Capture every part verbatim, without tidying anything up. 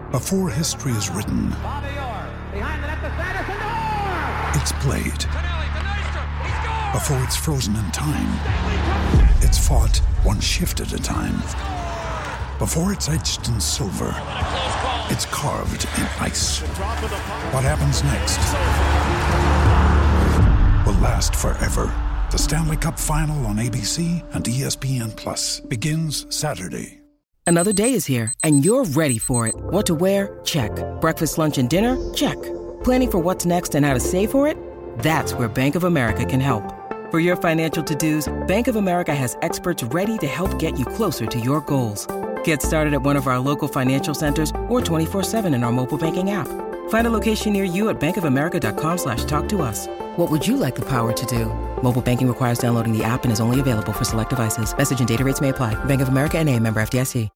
Before history is written, it's played. Before it's frozen in time, it's fought one shift at a time. Before it's etched in silver, it's carved in ice. What happens next will last forever. The Stanley Cup Final on A B C and E S P N Plus begins Saturday. Another day is here, and you're ready for it. What to wear? Check. Breakfast, lunch, and dinner? Check. Planning for what's next and how to save for it? That's where Bank of America can help. For your financial to-dos, Bank of America has experts ready to help get you closer to your goals. Get started at one of our local financial centers or twenty-four seven in our mobile banking app. Find a location near you at bankofamerica.com slash talk to us. What would you like the power to do? Mobile banking requires downloading the app and is only available for select devices. Message and data rates may apply. Bank of America N A, member F D I C.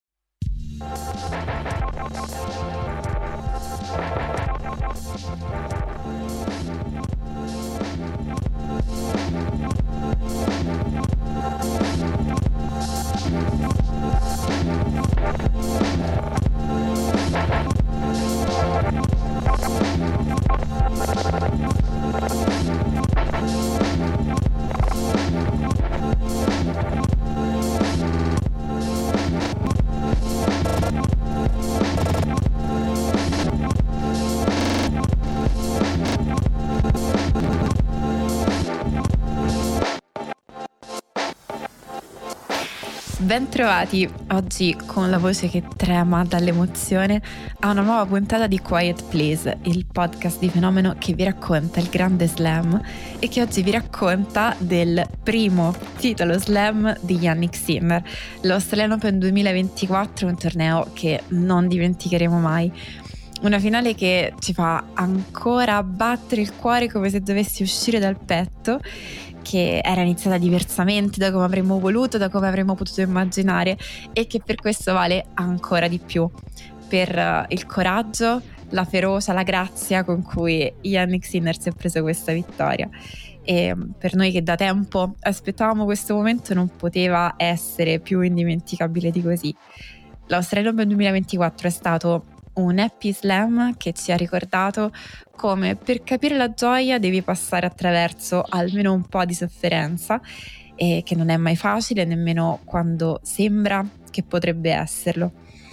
Bentrovati oggi con la voce che trema dall'emozione a una nuova puntata di Quiet Please, il podcast di Fenomeno che vi racconta il grande slam e che oggi vi racconta del primo titolo slam di Jannik Sinner, l'Australian Open duemilaventiquattro, un torneo che non dimenticheremo mai. Una finale che ci fa ancora battere il cuore come se dovesse uscire dal petto, che era iniziata diversamente da come avremmo voluto, da come avremmo potuto immaginare, e che per questo vale ancora di più per uh, il coraggio, la ferocia, la grazia con cui Jannik Sinner si è preso questa vittoria. E per noi che da tempo aspettavamo questo momento non poteva essere più indimenticabile di così. L'Australian Open duemilaventiquattro è stato un happy slam che ci ha ricordato come per capire la gioia devi passare attraverso almeno un po' di sofferenza, e che non è mai facile nemmeno quando sembra che potrebbe esserlo.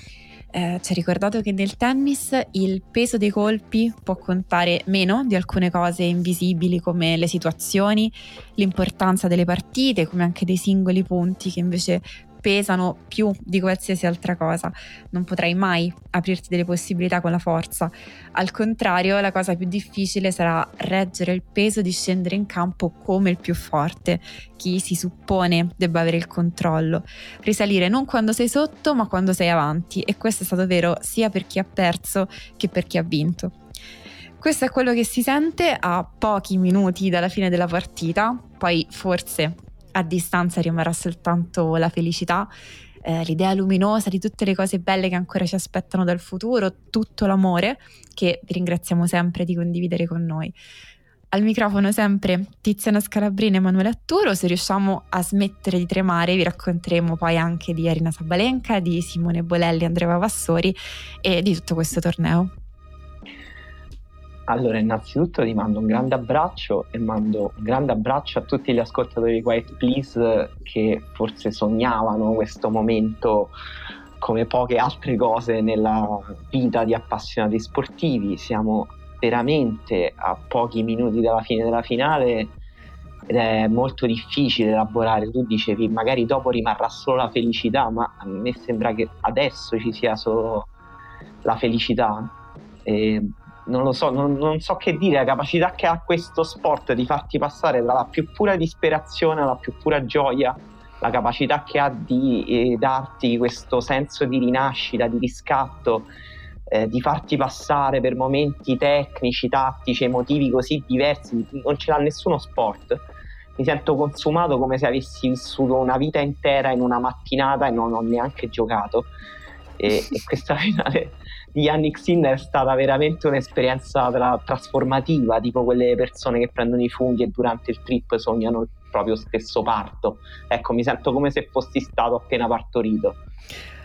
Eh, ci ha ricordato che nel tennis il peso dei colpi può contare meno di alcune cose invisibili come le situazioni, l'importanza delle partite, come anche dei singoli punti che invece pesano più di qualsiasi altra cosa. Non potrai mai aprirti delle possibilità con la forza. Al contrario, la cosa più difficile sarà reggere il peso di scendere in campo come il più forte, chi si suppone debba avere il controllo. Risalire non quando sei sotto, ma quando sei avanti, e questo è stato vero sia per chi ha perso che per chi ha vinto. Questo è quello che si sente a pochi minuti dalla fine della partita, poi forse a distanza rimarrà soltanto la felicità, eh, l'idea luminosa di tutte le cose belle che ancora ci aspettano dal futuro, tutto l'amore che vi ringraziamo sempre di condividere con noi. Al microfono sempre Tiziana Scalabrina e Emanuele Atturo. Se riusciamo a smettere di tremare vi racconteremo poi anche di Aryna Sabalenka, di Simone Bolelli e Andrea Vavassori e di tutto questo torneo. Allora, innanzitutto ti mando un grande abbraccio e mando un grande abbraccio a tutti gli ascoltatori di Quiet Please che forse sognavano questo momento come poche altre cose nella vita di appassionati sportivi. Siamo veramente a pochi minuti dalla fine della finale ed è molto difficile elaborare. Tu dicevi magari dopo rimarrà solo la felicità, ma a me sembra che adesso ci sia solo la felicità. E non lo so, non, non so che dire. La capacità che ha questo sport di farti passare dalla più pura disperazione alla più pura gioia, la capacità che ha di eh, darti questo senso di rinascita, di riscatto, eh, di farti passare per momenti tecnici, tattici, emotivi così diversi, non ce l'ha nessuno sport. Mi sento consumato come se avessi vissuto una vita intera in una mattinata e non ho neanche giocato. E, e questa finale di Jannik Sinner è stata veramente un'esperienza tra- trasformativa, tipo quelle persone che prendono i funghi e durante il trip sognano il proprio stesso parto. Ecco, mi sento come se fossi stato appena partorito.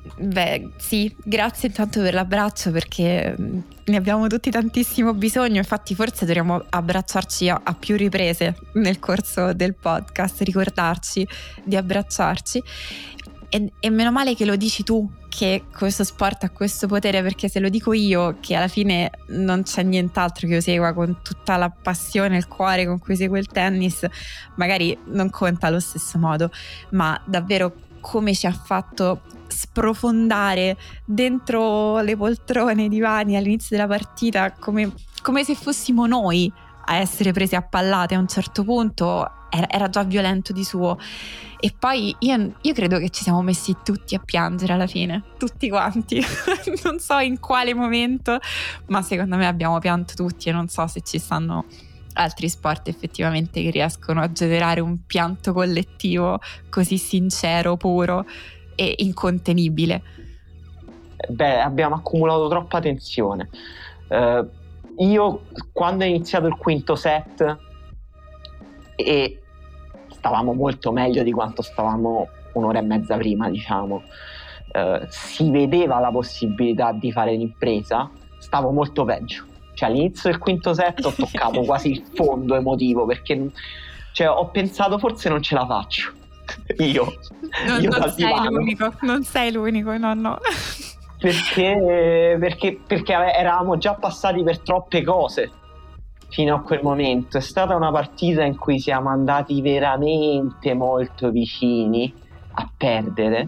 Beh, sì, grazie intanto per l'abbraccio, perché ne abbiamo tutti tantissimo bisogno. Infatti forse dovremmo abbracciarci a, a più riprese nel corso del podcast, ricordarci di abbracciarci. E, e meno male che lo dici tu che questo sport ha questo potere, perché se lo dico io, che alla fine non c'è nient'altro che io segua con tutta la passione e il cuore con cui seguo il tennis, magari non conta allo stesso modo, ma davvero come ci ha fatto sprofondare dentro le poltrone, i divani all'inizio della partita, come, come se fossimo noi a essere presi a pallate a un certo punto. Era, era già violento di suo. E poi io, io credo che ci siamo messi tutti a piangere alla fine, tutti quanti. Non so in quale momento, ma secondo me abbiamo pianto tutti, e non so se ci stanno altri sport effettivamente che riescono a generare un pianto collettivo così sincero, puro e incontenibile. Beh, abbiamo accumulato troppa tensione. Uh, io quando è iniziato il quinto set, e stavamo molto meglio di quanto stavamo un'ora e mezza prima, diciamo, uh, si vedeva la possibilità di fare l'impresa, stavo molto peggio. Cioè all'inizio del quinto set ho toccato quasi il fondo emotivo, perché cioè, ho pensato forse non ce la faccio. Io, non, io non sei divano. l'unico, non sei l'unico, no no. Perché, perché, perché eravamo già passati per troppe cose fino a quel momento. È stata una partita in cui siamo andati veramente molto vicini a perdere,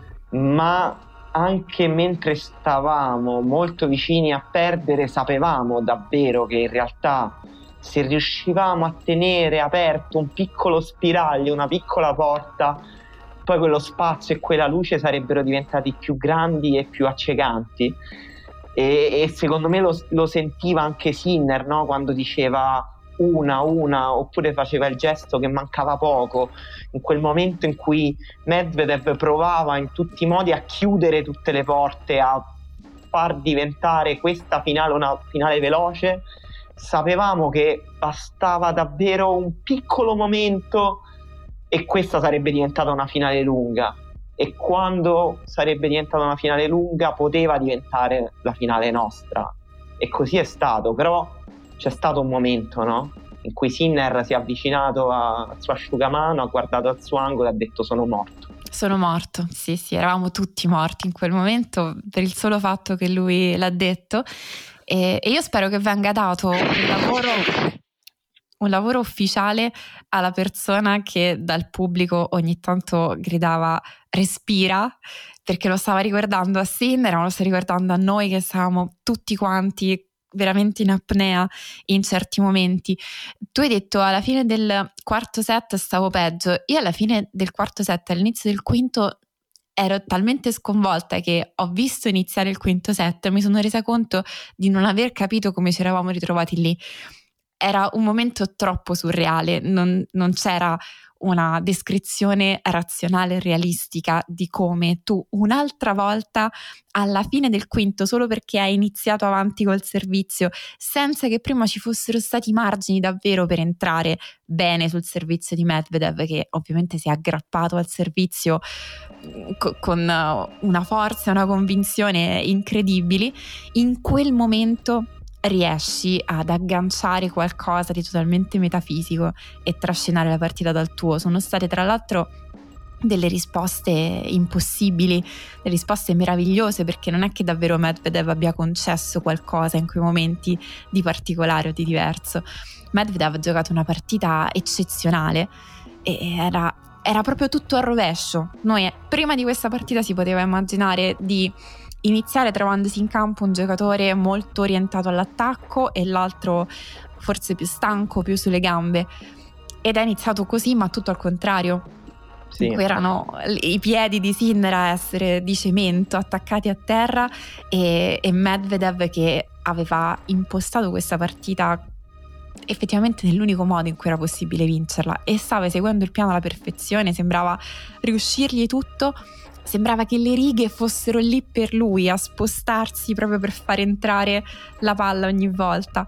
ma anche mentre stavamo molto vicini a perdere sapevamo davvero che in realtà se riuscivamo a tenere aperto un piccolo spiraglio, una piccola porta, poi quello spazio e quella luce sarebbero diventati più grandi e più accecanti. E, e secondo me lo, lo sentiva anche Sinner, no? Quando diceva una, una, oppure faceva il gesto che mancava poco, in quel momento in cui Medvedev provava in tutti i modi a chiudere tutte le porte, a far diventare questa finale una finale veloce. Sapevamo che bastava davvero un piccolo momento e questa sarebbe diventata una finale lunga, e quando sarebbe diventata una finale lunga poteva diventare la finale nostra, e così è stato. Però c'è stato un momento, no? In cui Sinner si è avvicinato a- al suo asciugamano, ha guardato al suo angolo e ha detto sono morto. Sono morto, sì sì, eravamo tutti morti in quel momento per il solo fatto che lui l'ha detto, e, e io spero che venga dato un lavoro, un lavoro ufficiale alla persona che dal pubblico ogni tanto gridava respira, perché lo stava ricordando a Sinner, ma lo sta ricordando a noi che stavamo tutti quanti veramente in apnea in certi momenti. Tu hai detto alla fine del quarto set stavo peggio. Io alla fine del quarto set, all'inizio del quinto, ero talmente sconvolta che ho visto iniziare il quinto set e mi sono resa conto di non aver capito come ci eravamo ritrovati lì. Era un momento troppo surreale, non, non c'era una descrizione razionale e realistica di come tu un'altra volta alla fine del quinto, solo perché hai iniziato avanti col servizio senza che prima ci fossero stati margini davvero per entrare bene sul servizio di Medvedev, che ovviamente si è aggrappato al servizio co- con una forza e una convinzione incredibili, in quel momento riesci ad agganciare qualcosa di totalmente metafisico e trascinare la partita dal tuo. Sono state tra l'altro delle risposte impossibili, delle risposte meravigliose, perché non è che davvero Medvedev abbia concesso qualcosa in quei momenti di particolare o di diverso. Medvedev ha giocato una partita eccezionale e era, era proprio tutto al rovescio. Noi prima di questa partita si poteva immaginare di iniziare trovandosi in campo un giocatore molto orientato all'attacco e l'altro forse più stanco, più sulle gambe, ed è iniziato così, ma tutto al contrario. Sì. In cui erano i piedi di Sinner a essere di cemento attaccati a terra e, e Medvedev che aveva impostato questa partita effettivamente nell'unico modo in cui era possibile vincerla e stava eseguendo il piano alla perfezione, sembrava riuscirgli tutto. Sembrava che le righe fossero lì per lui a spostarsi proprio per far entrare la palla ogni volta,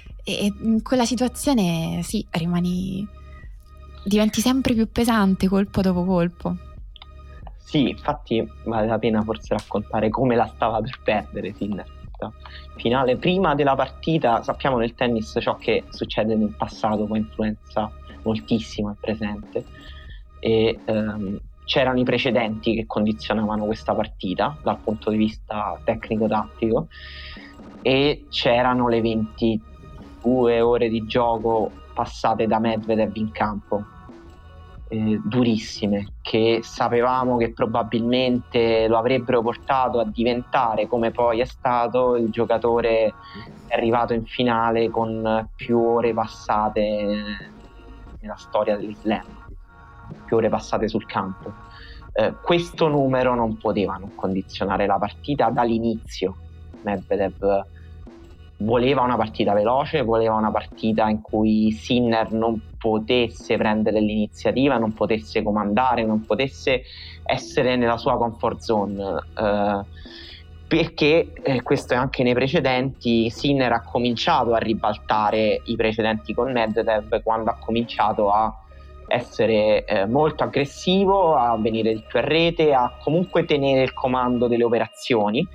e in quella situazione sì, rimani, diventi sempre più pesante colpo dopo colpo. Sì, infatti vale la pena forse raccontare come la stava per perdere Sinner. Finale, prima della partita, sappiamo nel tennis ciò che succede nel passato poi influenza moltissimo il presente, e ehm, c'erano i precedenti che condizionavano questa partita dal punto di vista tecnico-tattico, e c'erano le ventidue ore di gioco passate da Medvedev in campo, eh, durissime, che sapevamo che probabilmente lo avrebbero portato a diventare, come poi è stato, il giocatore arrivato in finale con più ore passate nella storia dell'Islam, più ore passate sul campo. Eh, questo numero non poteva non condizionare la partita dall'inizio. Medvedev voleva una partita veloce, voleva una partita in cui Sinner non potesse prendere l'iniziativa, non potesse comandare, non potesse essere nella sua comfort zone, eh, perché eh, questo è anche nei precedenti. Sinner ha cominciato a ribaltare i precedenti con Medvedev quando ha cominciato a essere eh, molto aggressivo, a venire di più a rete, a comunque tenere il comando delle operazioni.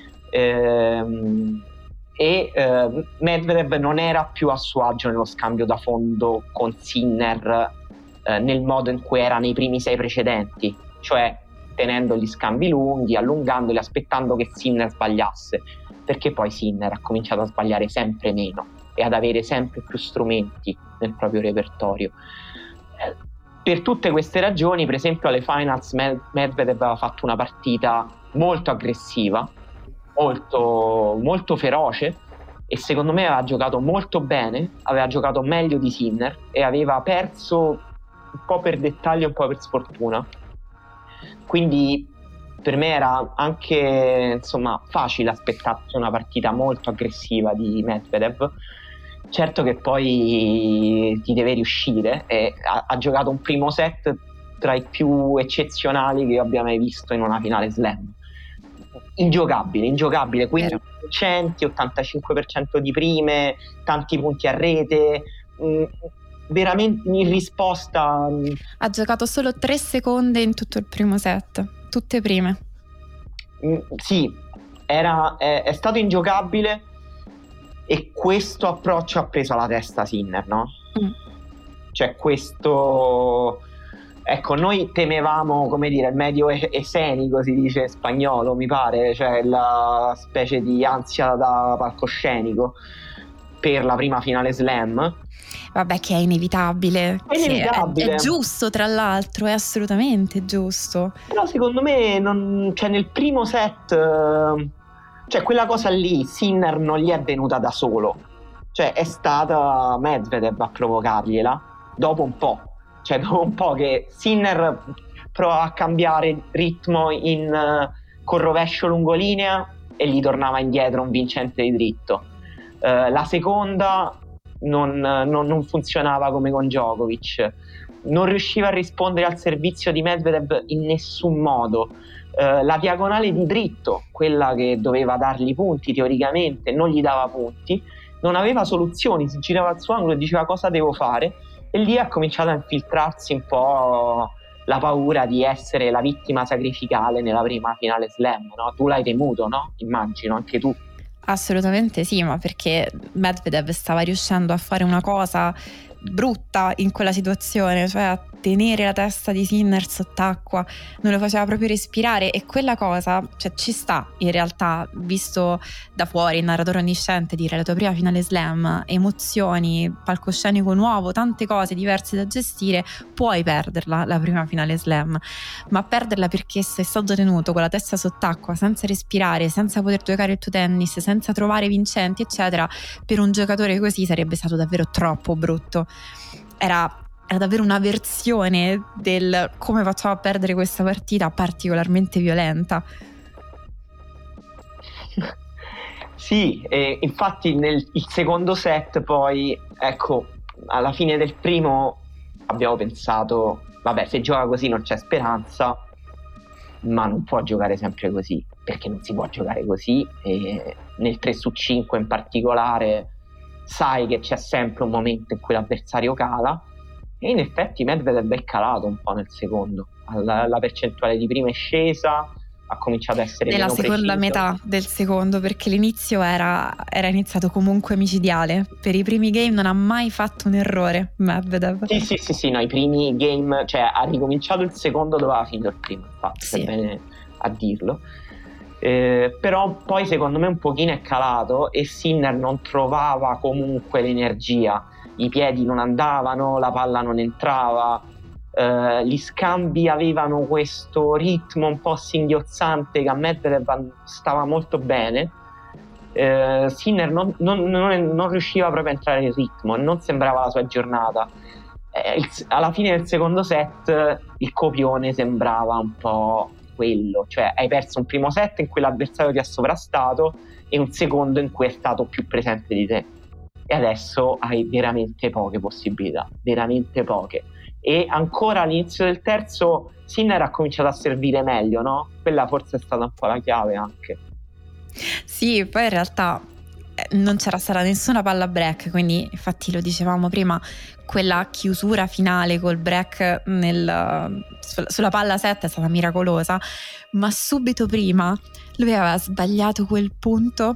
Ehm, e eh, Medvedev non era più a suo agio nello scambio da fondo con Sinner eh, nel modo in cui era nei primi sei precedenti, cioè tenendo gli scambi lunghi, allungandoli, aspettando che Sinner sbagliasse, perché poi Sinner ha cominciato a sbagliare sempre meno e ad avere sempre più strumenti nel proprio repertorio. Eh, per tutte queste ragioni, per esempio alle finals Medvedev aveva fatto una partita molto aggressiva, molto, molto feroce, e secondo me aveva giocato molto bene, aveva giocato meglio di Sinner e aveva perso un po' per dettaglio, un po' per sfortuna. Quindi per me era anche, insomma, facile aspettarsi una partita molto aggressiva di Medvedev. Certo che poi ti deve riuscire, e ha, ha giocato un primo set tra i più eccezionali che io abbia mai visto in una finale slam. Ingiocabile, ingiocabile, quindi cento, ottantacinque per cento di prime, tanti punti a rete, mh, veramente in risposta. Mh. Ha giocato solo tre secondi in tutto il primo set, tutte prime. Mh, sì, era, è, è stato ingiocabile, e questo approccio ha preso alla testa Sinner, no? Mm. Cioè questo... Ecco, noi temevamo, come dire, il medio esenico, si dice in spagnolo, mi pare, cioè la specie di ansia da palcoscenico per la prima finale slam. Vabbè, che è inevitabile. È inevitabile. È, è giusto, tra l'altro, è assolutamente giusto. Però secondo me, non, cioè nel primo set, cioè quella cosa lì, Sinner non gli è venuta da solo. Cioè è stata Medvedev a provocargliela dopo un po'. Cioè dopo un po' che Sinner prova a cambiare ritmo in, uh, col rovescio lungolinea e gli tornava indietro un vincente di dritto. Uh, la seconda non, non, non funzionava come con Djokovic, non riusciva a rispondere al servizio di Medvedev in nessun modo. Uh, la diagonale di dritto, quella che doveva dargli punti teoricamente, non gli dava punti, non aveva soluzioni, si girava al suo angolo e diceva cosa devo fare. E lì ha cominciato a infiltrarsi un po' la paura di essere la vittima sacrificale nella prima finale slam, no? Tu l'hai temuto, no? Immagino, anche tu. Assolutamente sì, ma perché Medvedev stava riuscendo a fare una cosa brutta in quella situazione, cioè a tenere la testa di Sinner sott'acqua, non lo faceva proprio respirare, e quella cosa, cioè ci sta in realtà, visto da fuori il narratore onnisciente, dire la tua prima finale slam, emozioni, palcoscenico nuovo, tante cose diverse da gestire, puoi perderla la prima finale slam, ma perderla perché sei stato tenuto con la testa sott'acqua, senza respirare, senza poter giocare il tuo tennis, senza trovare vincenti eccetera, per un giocatore così sarebbe stato davvero troppo brutto. Era Era davvero una versione del come facciamo a perdere questa partita particolarmente violenta. Sì, e infatti nel il secondo set poi, ecco, alla fine del primo abbiamo pensato, vabbè, se gioca così non c'è speranza, ma non può giocare sempre così, perché non si può giocare così, e nel tre su cinque in particolare sai che c'è sempre un momento in cui l'avversario cala. E in effetti Medvedev è calato un po' nel secondo, la, la percentuale di prima è scesa, ha cominciato a essere nella meno seconda preciso. metà del secondo, perché l'inizio era, era iniziato comunque micidiale. Per i primi game non ha mai fatto un errore Medvedev. Sì, sì, sì, sì, no, i primi game, cioè ha ricominciato il secondo dove aveva finito il primo, infatti, Sì. è bene a dirlo. Eh, però poi secondo me un pochino è calato e Sinner non trovava comunque l'energia, i piedi non andavano, la palla non entrava, eh, gli scambi avevano questo ritmo un po' singhiozzante che a Medvedev stava molto bene. eh, Sinner non, non, non, non riusciva proprio a entrare in ritmo, non sembrava la sua giornata. eh, il, alla fine del secondo set il copione sembrava un po' quello, cioè hai perso un primo set in cui l'avversario ti ha sovrastato e un secondo in cui è stato più presente di te, e adesso hai veramente poche possibilità, veramente poche. E ancora all'inizio del terzo Sinner ha cominciato a servire meglio, no? Quella forse è stata un po' la chiave anche. Sì, poi in realtà non c'era stata nessuna palla break, quindi infatti lo dicevamo prima, quella chiusura finale col break nel, sulla palla sette è stata miracolosa, ma subito prima lui aveva sbagliato quel punto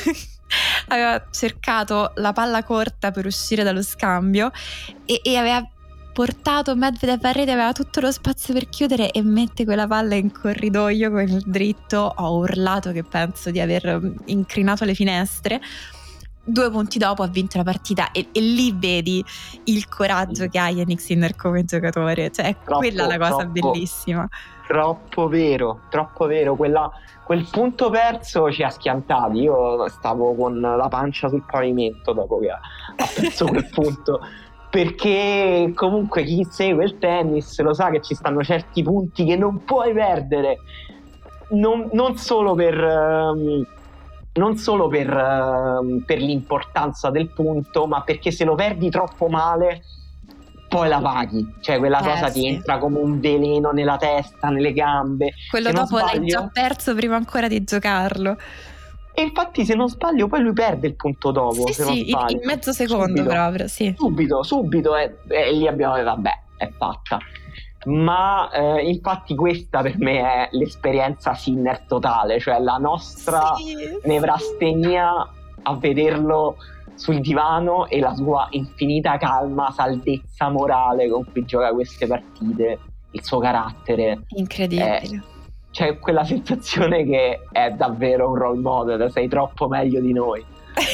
aveva cercato la palla corta per uscire dallo scambio e, e aveva portato Medvedev a rete, aveva tutto lo spazio per chiudere e mette quella palla in corridoio con il dritto. Ho urlato che penso di aver incrinato le finestre. Due punti dopo ha vinto la partita e, e lì vedi il coraggio che ha Jannik Sinner come giocatore, cioè è Troppo, quella la cosa troppo, bellissima. Troppo vero, troppo vero, quella, quel punto perso ci ha schiantati. Io stavo con la pancia sul pavimento dopo che ha, ha perso quel punto, perché comunque chi segue il tennis lo sa che ci stanno certi punti che non puoi perdere, non, non solo per um, non solo per, um, per l'importanza del punto, ma perché se lo perdi troppo male poi la paghi, cioè quella eh, cosa sì. ti entra come un veleno nella testa, nelle gambe. Quello se dopo sbaglio, l'hai già perso prima ancora di giocarlo. E infatti se non sbaglio poi lui perde il punto dopo. Sì, se non sì, sbaglio. in mezzo secondo subito, proprio, sì. Subito, subito, e, e lì abbiamo detto vabbè, è fatta. Ma eh, infatti questa per me è l'esperienza Sinner totale, cioè la nostra sì. nevrastenia a vederlo sul divano e la sua infinita calma, saldezza morale con cui gioca queste partite, il suo carattere incredibile. È, c'è quella sensazione che è davvero un role model, sei troppo meglio di noi.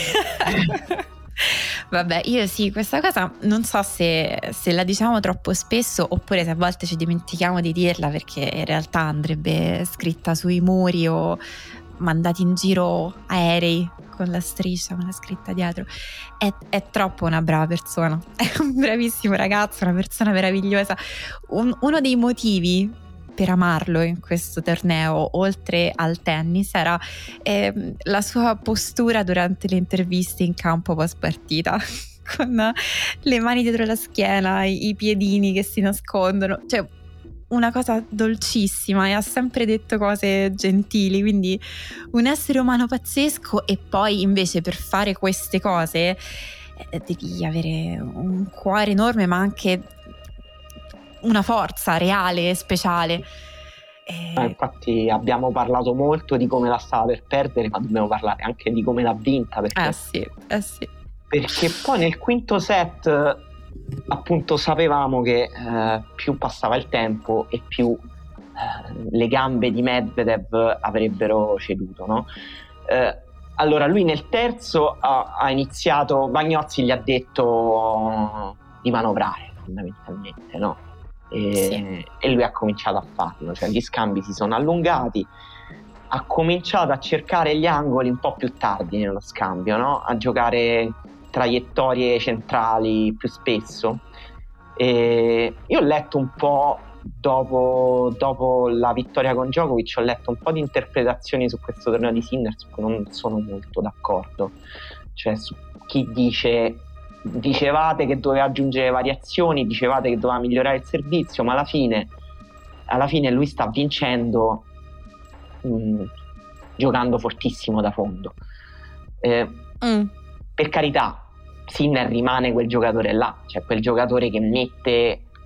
Vabbè, io sì, questa cosa non so se, se la diciamo troppo spesso oppure se a volte ci dimentichiamo di dirla, perché in realtà andrebbe scritta sui muri o mandati in giro aerei con la striscia, con la scritta dietro. È, è troppo una brava persona, è un bravissimo ragazzo, una persona meravigliosa. Un, uno dei motivi per amarlo in questo torneo, oltre al tennis, era eh, la sua postura durante le interviste in campo post partita, con le mani dietro la schiena, i, i piedini che si nascondono, cioè una cosa dolcissima, e ha sempre detto cose gentili, quindi un essere umano pazzesco. E poi invece per fare queste cose eh, devi avere un cuore enorme, ma anche una forza reale e speciale. Eh, infatti abbiamo parlato molto di come la stava per perdere, ma dobbiamo parlare anche di come l'ha vinta, perché, eh sì, eh sì. perché poi nel quinto set appunto sapevamo che eh, più passava il tempo e più eh, le gambe di Medvedev avrebbero ceduto, no? Eh, allora lui nel terzo ha, ha iniziato, Bagnozzi gli ha detto di manovrare fondamentalmente, no? E, Sì. e lui ha cominciato a farlo, cioè gli scambi si sono allungati, ha cominciato a cercare gli angoli un po' più tardi nello scambio, no? A giocare traiettorie centrali più spesso. E io ho letto un po' dopo, dopo la vittoria con Djokovic, ho letto un po' di interpretazioni su questo torneo di Sinner su cui non sono molto d'accordo, cioè su chi dice dicevate che doveva aggiungere variazioni, dicevate che doveva migliorare il servizio, ma alla fine alla fine lui sta vincendo mh, giocando fortissimo da fondo. Eh, mm. Per carità, Sinner rimane quel giocatore là, cioè quel giocatore che mette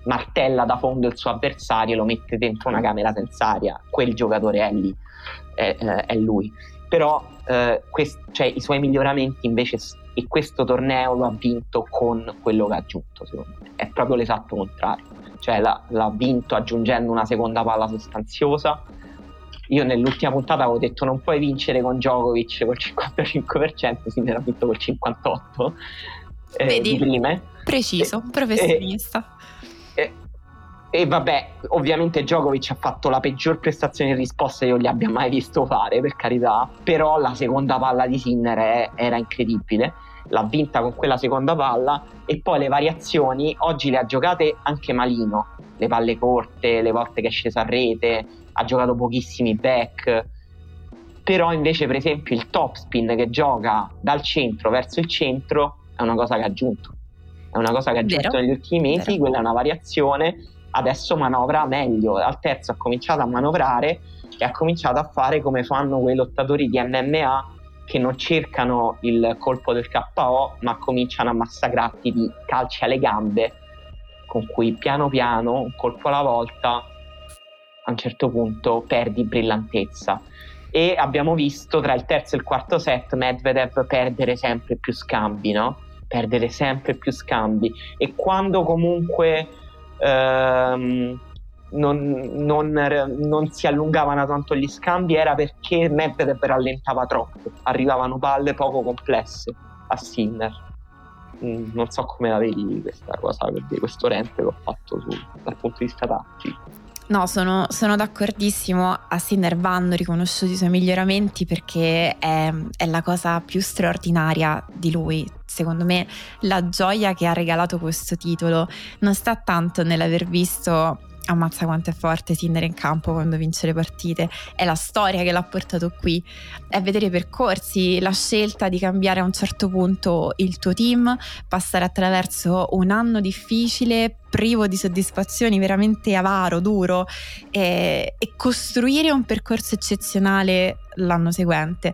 martella da fondo il suo avversario e lo mette dentro una camera senza aria. Quel giocatore è lì, è, è lui. Però eh, quest- cioè, i suoi miglioramenti invece, e questo torneo lo ha vinto con quello che ha aggiunto, secondo me è proprio l'esatto contrario, cioè l'ha, l'ha vinto aggiungendo una seconda palla sostanziosa. Io nell'ultima puntata avevo detto non puoi vincere con Djokovic col cinquantacinque per cento, si ne era vinto col cinquantotto per cento eh, di prime. Preciso, e, professionista. E, e, e vabbè, ovviamente Djokovic ha fatto la peggior prestazione in risposta che io gli abbia mai visto fare, per carità, però la seconda palla di Sinner è, era incredibile, l'ha vinta con quella seconda palla. E poi le variazioni oggi le ha giocate anche malino, le palle corte, le volte che è scesa a rete, ha giocato pochissimi back, però invece per esempio il topspin che gioca dal centro verso il centro è una cosa che ha aggiunto, è una cosa che ha aggiunto Vero. negli ultimi mesi. Vero. Quella è una variazione. Adesso manovra meglio, al terzo ha cominciato a manovrare e ha cominciato a fare come fanno quei lottatori di M M A che non cercano il colpo del K O ma cominciano a massacrarti di calci alle gambe, con cui piano piano, un colpo alla volta, a un certo punto perdi brillantezza. E abbiamo visto tra il terzo e il quarto set Medvedev perdere sempre più scambi, no? Perdere sempre più scambi, e quando comunque ehm, non, non, non si allungavano tanto gli scambi era perché Medvedev rallentava troppo, arrivavano palle poco complesse a Sinner. Mm, non so come la vedi questa cosa, questo rant che ho fatto su, dal punto di vista tattico. No, sono, sono d'accordissimo. A Sinner vanno riconosciuti i suoi miglioramenti perché è, è la cosa più straordinaria di lui. Secondo me la gioia che ha regalato questo titolo non sta tanto nell'aver visto, ammazza quanto è forte Sinner in campo quando vince le partite, è la storia che l'ha portato qui, è vedere i percorsi, la scelta di cambiare a un certo punto il tuo team, passare attraverso un anno difficile, privo di soddisfazioni, veramente avaro, duro, e, e costruire un percorso eccezionale l'anno seguente.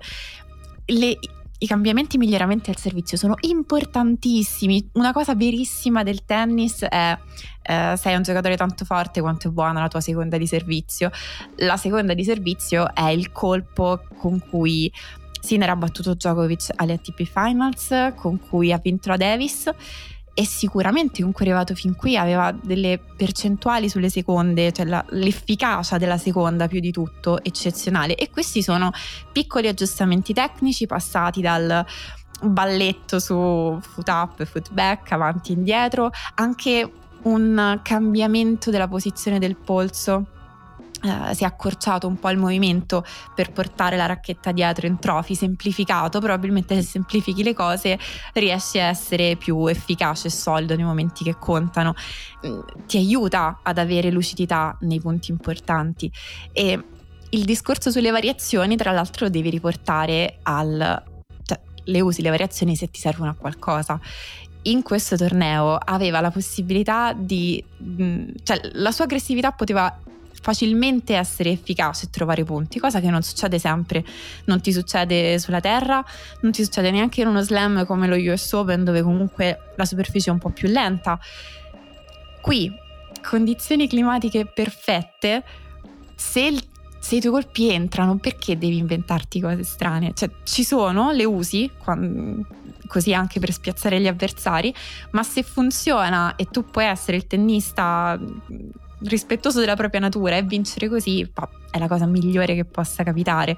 Le, I cambiamenti, i miglioramenti al servizio sono importantissimi. Una cosa verissima del tennis è eh, sei un giocatore tanto forte quanto è buona la tua seconda di servizio. La seconda di servizio è il colpo con cui Sinner ha battuto Djokovic alle A T P Finals, con cui ha vinto la Davis, e sicuramente comunque è arrivato fin qui aveva delle percentuali sulle seconde, cioè la, l'efficacia della seconda più di tutto eccezionale. E questi sono piccoli aggiustamenti tecnici passati dal balletto su foot up, foot back, avanti e indietro, anche un cambiamento della posizione del polso. Uh, si è accorciato un po' il movimento per portare la racchetta dietro in trofi, semplificato. Probabilmente se semplifichi le cose riesci a essere più efficace e solido nei momenti che contano, mm, ti aiuta ad avere lucidità nei punti importanti. E il discorso sulle variazioni, tra l'altro, lo devi riportare al, cioè, le usi le variazioni se ti servono a qualcosa. In questo torneo aveva la possibilità di mh, cioè la sua aggressività poteva facilmente essere efficace e trovare punti, cosa che non succede sempre. Non ti succede sulla terra, non ti succede neanche in uno slam come lo U S Open, dove comunque la superficie è un po' più lenta. Qui condizioni climatiche perfette, se, il, se i tuoi colpi entrano, perché devi inventarti cose strane? Cioè ci sono, le usi quando, così anche per spiazzare gli avversari, ma se funziona e tu puoi essere il tennista rispettoso della propria natura e vincere così, è la cosa migliore che possa capitare.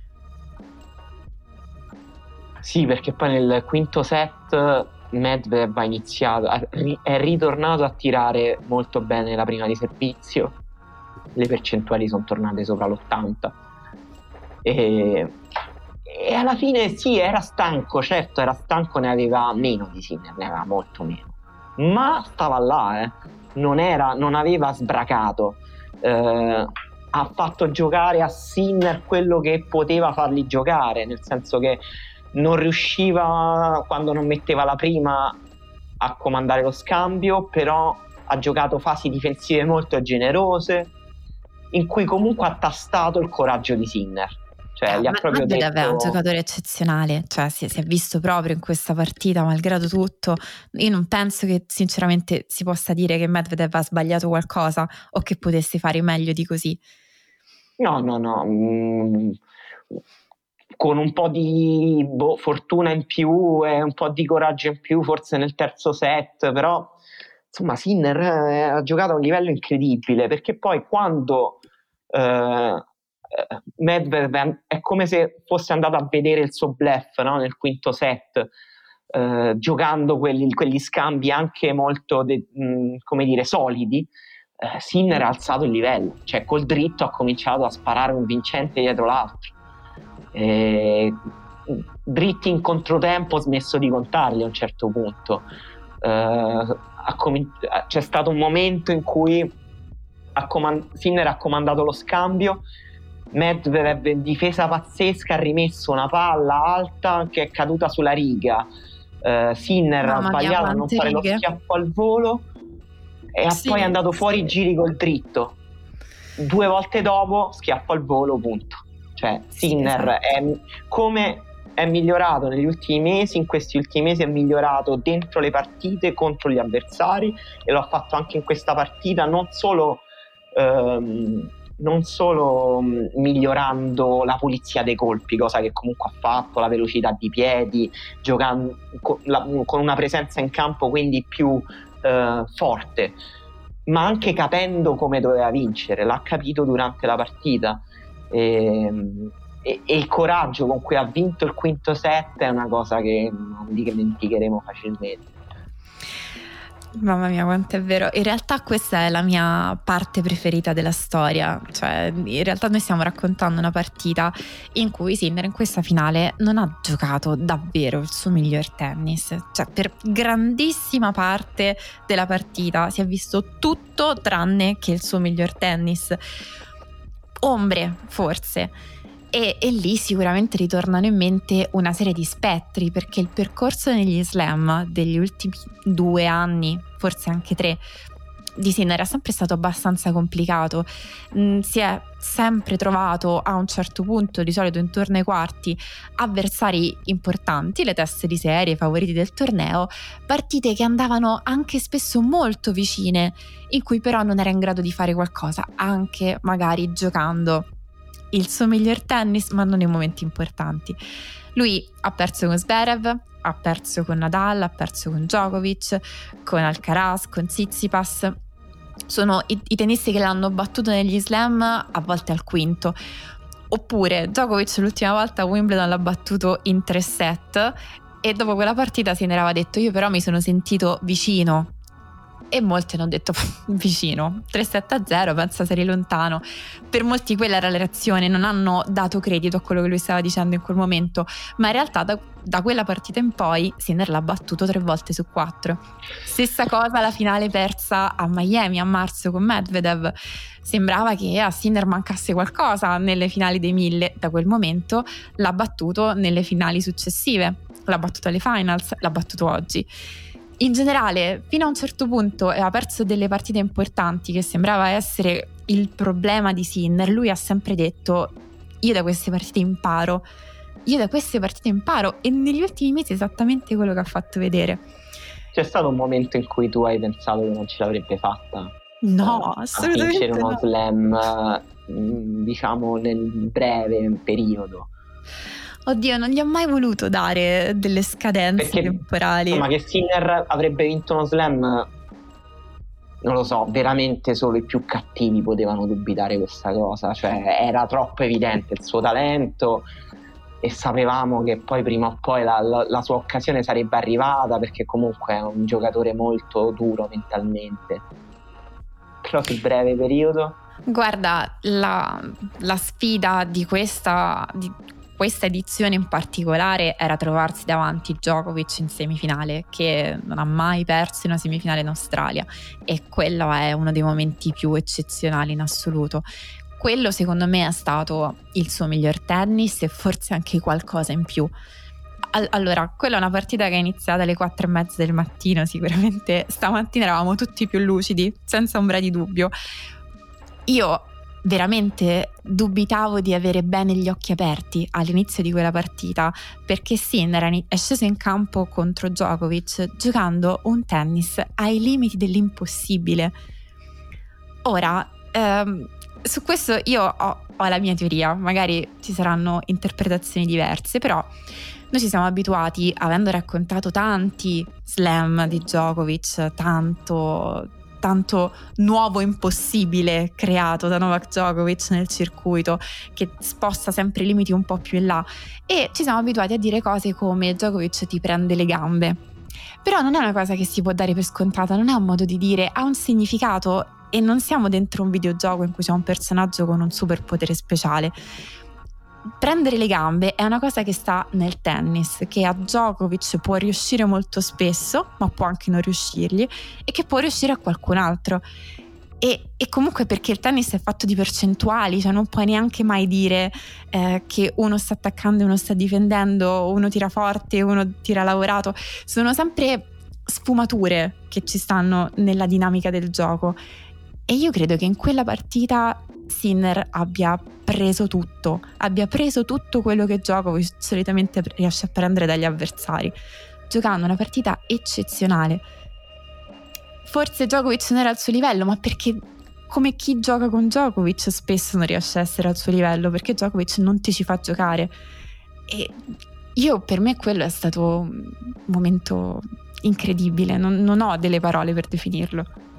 Sì, perché poi nel quinto set Medvedev ha iniziato, è ritornato a tirare molto bene la prima di servizio, le percentuali sono tornate sopra l'ottanta e, e alla fine sì, era stanco, certo era stanco, ne aveva meno di Sinner, ne aveva molto meno, ma stava là, eh non era, non aveva sbracato, eh, ha fatto giocare a Sinner quello che poteva fargli giocare, nel senso che non riusciva, quando non metteva la prima, a comandare lo scambio, però ha giocato fasi difensive molto generose in cui comunque ha tastato il coraggio di Sinner, Cioè, Eh, gli ha ma proprio Medvedev è un detto... giocatore eccezionale, cioè si, si è visto proprio in questa partita, malgrado tutto. Io non penso che sinceramente si possa dire che Medvedev ha sbagliato qualcosa o che potesse fare meglio di così. No, no, no. Mm, con un po' di boh, fortuna in più e un po' di coraggio in più, forse nel terzo set, però insomma Sinner eh, ha giocato a un livello incredibile, perché poi quando eh, Medvedev è come se fosse andato a vedere il suo bluff, no? Nel quinto set, eh, giocando quelli, quegli scambi anche molto de, mh, come dire solidi, eh, Sinner ha alzato il livello, cioè col dritto ha cominciato a sparare un vincente dietro l'altro, e dritti in controtempo, ho smesso di contarli a un certo punto. Eh, ha com- c'è stato un momento in cui ha comand- Sinner ha comandato lo scambio, Medvedev in difesa pazzesca ha rimesso una palla alta che è caduta sulla riga, eh, Sinner ha sbagliato a non fare righe. Lo schiaffo al volo e sì, poi è andato fuori sì. giri col dritto, due volte dopo schiaffo al volo, punto. Cioè Sinner sì, esatto. è come è migliorato negli ultimi mesi, in questi ultimi mesi è migliorato dentro le partite contro gli avversari, e lo ha fatto anche in questa partita, non solo ehm, non solo mh, migliorando la pulizia dei colpi, cosa che comunque ha fatto, la velocità di piedi, giocando con, la, con una presenza in campo quindi più eh, forte, ma anche capendo come doveva vincere, l'ha capito durante la partita. E, e, e il coraggio con cui ha vinto il quinto set è una cosa che non dimenticheremo facilmente. Mamma mia, quanto è vero. In realtà questa è la mia parte preferita della storia. Cioè, in realtà noi stiamo raccontando una partita in cui Sinner in questa finale non ha giocato davvero il suo miglior tennis. Cioè, per grandissima parte della partita si è visto tutto tranne che il suo miglior tennis. Ombre, forse. E, e lì sicuramente ritornano in mente una serie di spettri, perché il percorso negli slam degli ultimi due anni, forse anche tre, di Sinner è sempre stato abbastanza complicato. Mm, si è sempre trovato a un certo punto, di solito intorno ai quarti, avversari importanti, le teste di serie, i favoriti del torneo, partite che andavano anche spesso molto vicine, in cui però non era in grado di fare qualcosa, anche magari giocando il suo miglior tennis, ma non in momenti importanti. Lui ha perso con Zverev, ha perso con Nadal, ha perso con Djokovic, con Alcaraz, con Tsitsipas. Sono i, i tennisti che l'hanno battuto negli slam a volte al quinto. Oppure Djokovic l'ultima volta a Wimbledon l'ha battuto in tre set, e dopo quella partita se ne era detto: io però mi sono sentito vicino. E molti hanno detto vicino, tre sette a zero, pensa sei lontano. Per molti quella era la reazione, non hanno dato credito a quello che lui stava dicendo in quel momento, ma in realtà da, da quella partita in poi Sinner l'ha battuto tre volte su quattro. Stessa cosa la finale persa a Miami a marzo con Medvedev. Sembrava che a Sinner mancasse qualcosa nelle finali dei mille. Da quel momento l'ha battuto nelle finali successive, l'ha battuto alle finals, l'ha battuto oggi. In generale, fino a un certo punto aveva perso delle partite importanti che sembrava essere il problema di Sinner. Lui ha sempre detto: io da queste partite imparo, io da queste partite imparo, e negli ultimi mesi è esattamente quello che ha fatto vedere. C'è stato un momento in cui tu hai pensato che non ce l'avrebbe fatta? No, eh, assolutamente a vincere uno no. slam, diciamo, nel breve periodo. Oddio, non gli ho mai voluto dare delle scadenze Perché, temporali. Insomma, che Sinner avrebbe vinto uno slam, non lo so, veramente solo i più cattivi potevano dubitare questa cosa. Cioè, era troppo evidente il suo talento e sapevamo che poi prima o poi la, la, la sua occasione sarebbe arrivata, perché comunque è un giocatore molto duro mentalmente. Però sul breve periodo... Guarda, la, la sfida di questa... Di... questa edizione in particolare era trovarsi davanti Djokovic in semifinale, che non ha mai perso in una semifinale in Australia, e quello è uno dei momenti più eccezionali in assoluto. Quello secondo me è stato il suo miglior tennis, e forse anche qualcosa in più. All- allora, quella è una partita che è iniziata alle quattro e mezza del mattino, sicuramente stamattina eravamo tutti più lucidi, senza ombra di dubbio. Io veramente dubitavo di avere bene gli occhi aperti all'inizio di quella partita, perché Sinner è sceso in campo contro Djokovic giocando un tennis ai limiti dell'impossibile. Ora, ehm, su questo io ho, ho la mia teoria, magari ci saranno interpretazioni diverse, però noi ci siamo abituati, avendo raccontato tanti slam di Djokovic, tanto, tanto nuovo impossibile creato da Novak Djokovic nel circuito, che sposta sempre i limiti un po' più in là, e ci siamo abituati a dire cose come Djokovic ti prende le gambe. Però non è una cosa che si può dare per scontata, non è un modo di dire, ha un significato, e non siamo dentro un videogioco in cui c'è un personaggio con un superpotere speciale. Prendere le gambe è una cosa che sta nel tennis, che a Djokovic può riuscire molto spesso, ma può anche non riuscirgli, e che può riuscire a qualcun altro. E, e comunque perché il tennis è fatto di percentuali, cioè non puoi neanche mai dire eh, che uno sta attaccando e uno sta difendendo, uno tira forte e uno tira lavorato. Sono sempre sfumature che ci stanno nella dinamica del gioco. E io credo che in quella partita Sinner abbia preso tutto, abbia preso tutto quello che Djokovic solitamente riesce a prendere dagli avversari, giocando una partita eccezionale. Forse Djokovic non era al suo livello, ma perché, come chi gioca con Djokovic, spesso non riesce a essere al suo livello, perché Djokovic non ti ci fa giocare. E io, per me, quello è stato un momento incredibile, non, non ho delle parole per definirlo.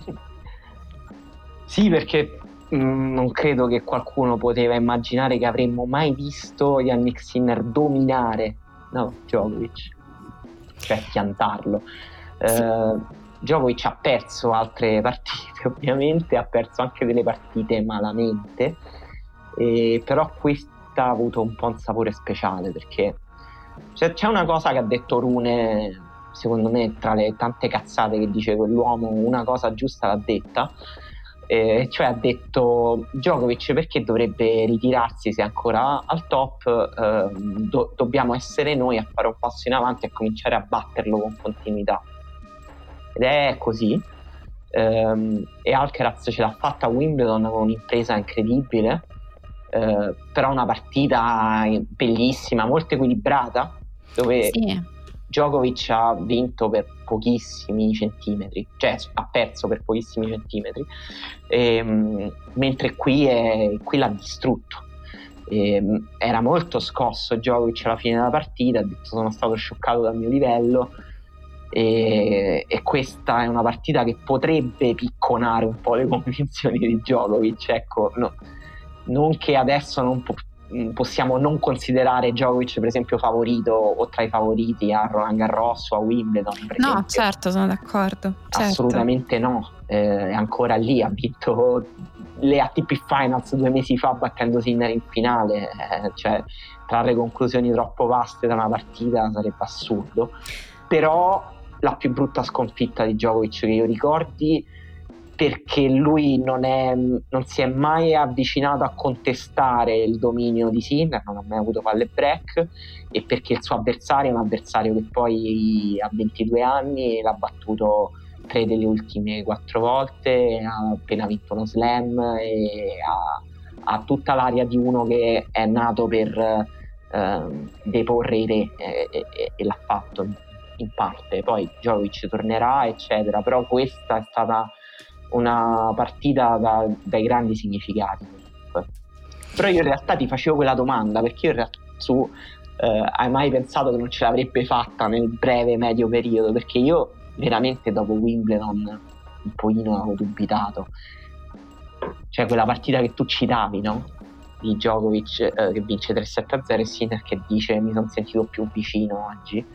Sì, perché mh, non credo che qualcuno poteva immaginare che avremmo mai visto Jannik Sinner dominare, no, Djokovic, cioè piantarlo. Sì. Uh, Djokovic ha perso altre partite, ovviamente, ha perso anche delle partite malamente, e, però questa ha avuto un po' un sapore speciale, perché cioè, c'è una cosa che ha detto Rune, secondo me, tra le tante cazzate che dice quell'uomo, una cosa giusta l'ha detta. Eh, cioè ha detto Djokovic perché dovrebbe ritirarsi se è ancora al top, eh, do- dobbiamo essere noi a fare un passo in avanti e cominciare a batterlo con continuità, ed è così. ehm, e Alcaraz ce l'ha fatta a Wimbledon con un'impresa incredibile, eh, però una partita bellissima, molto equilibrata, dove Sì. Djokovic ha vinto per pochissimi centimetri, cioè ha perso per pochissimi centimetri, e, mentre qui, è, qui l'ha distrutto. E, era molto scosso Djokovic alla fine della partita, ha detto sono stato scioccato dal mio livello, e, e questa è una partita che potrebbe picconare un po' le convinzioni di Djokovic, ecco, no, non che adesso non po- possiamo non considerare Djokovic per esempio favorito o tra i favoriti a Roland Garros o a Wimbledon, per No, esempio. Certo, sono d'accordo. Assolutamente certo. no, eh, è ancora lì, ha vinto le A T P Finals due mesi fa battendo Sinner in finale, eh, cioè trarre conclusioni troppo vaste da una partita sarebbe assurdo. Però la più brutta sconfitta di Djokovic che io ricordi, perché lui non, è, non si è mai avvicinato a contestare il dominio di Sinner, non ha mai avuto palle break, e perché il suo avversario è un avversario che poi ha ventidue anni, l'ha battuto tre delle ultime quattro volte, ha appena vinto uno slam e ha, ha tutta l'aria di uno che è nato per eh, deporre i re, e, e, e l'ha fatto in parte. Poi Djokovic tornerà eccetera, però questa è stata una partita da, dai grandi significati. Però io in realtà ti facevo quella domanda perché io in realtà su eh, hai mai pensato che non ce l'avrebbe fatta nel breve medio periodo, perché io veramente dopo Wimbledon un pochino avevo dubitato, cioè quella partita che tu citavi, no? Di Djokovic eh, che vince tre sette a zero e Sinner che dice mi sono sentito più vicino oggi.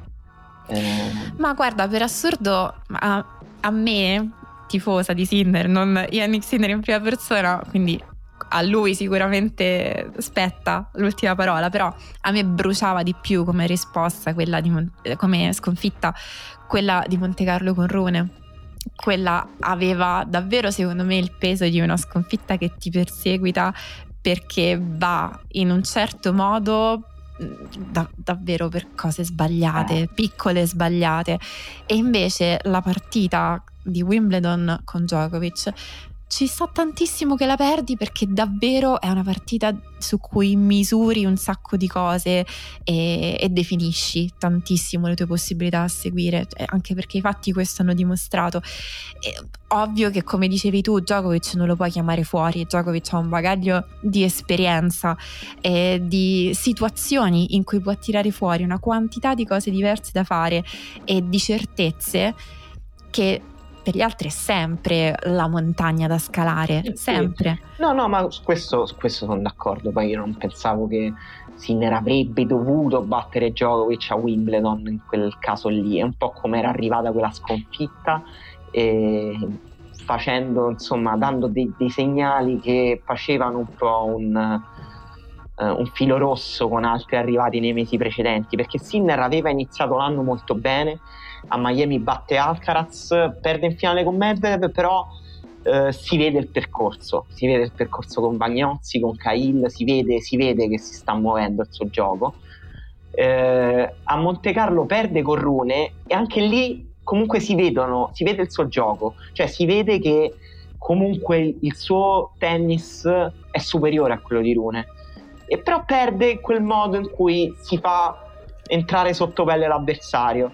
eh... Ma guarda, per assurdo a, a me, tifosa di Sinner, non Jannik Sinner in prima persona, quindi a lui sicuramente spetta l'ultima parola, però a me bruciava di più come risposta quella di come sconfitta quella di Montecarlo con Rune. Quella aveva davvero, secondo me, il peso di una sconfitta che ti perseguita perché va in un certo modo Da, davvero per cose sbagliate, piccole sbagliate, e invece la partita di Wimbledon con Djokovic ci sta tantissimo che la perdi, perché davvero è una partita su cui misuri un sacco di cose e, e definisci tantissimo le tue possibilità a seguire, anche perché i fatti questo hanno dimostrato. È ovvio che, come dicevi tu, Djokovic non lo puoi chiamare fuori. Djokovic ha un bagaglio di esperienza e di situazioni in cui può tirare fuori una quantità di cose diverse da fare e di certezze che per gli altri è sempre la montagna da scalare, sì, sempre. No, no, ma su questo, su questo sono d'accordo. Poi io non pensavo che Sinner avrebbe dovuto battere Djokovic a Wimbledon in quel caso lì. È un po' come era arrivata quella sconfitta, e facendo, insomma, dando dei, dei segnali che facevano un po' un, uh, un filo rosso con altri arrivati nei mesi precedenti, perché Sinner aveva iniziato l'anno molto bene. A Miami batte Alcaraz, perde in finale con Medvedev, però eh, si vede il percorso, si vede il percorso con Bagnozzi, con Cahill, si vede, si vede che si sta muovendo il suo gioco. Eh, a Monte Carlo perde con Rune e anche lì comunque si vedono, si vede il suo gioco, cioè si vede che comunque il suo tennis è superiore a quello di Rune, e però perde quel modo in cui si fa entrare sotto pelle l'avversario.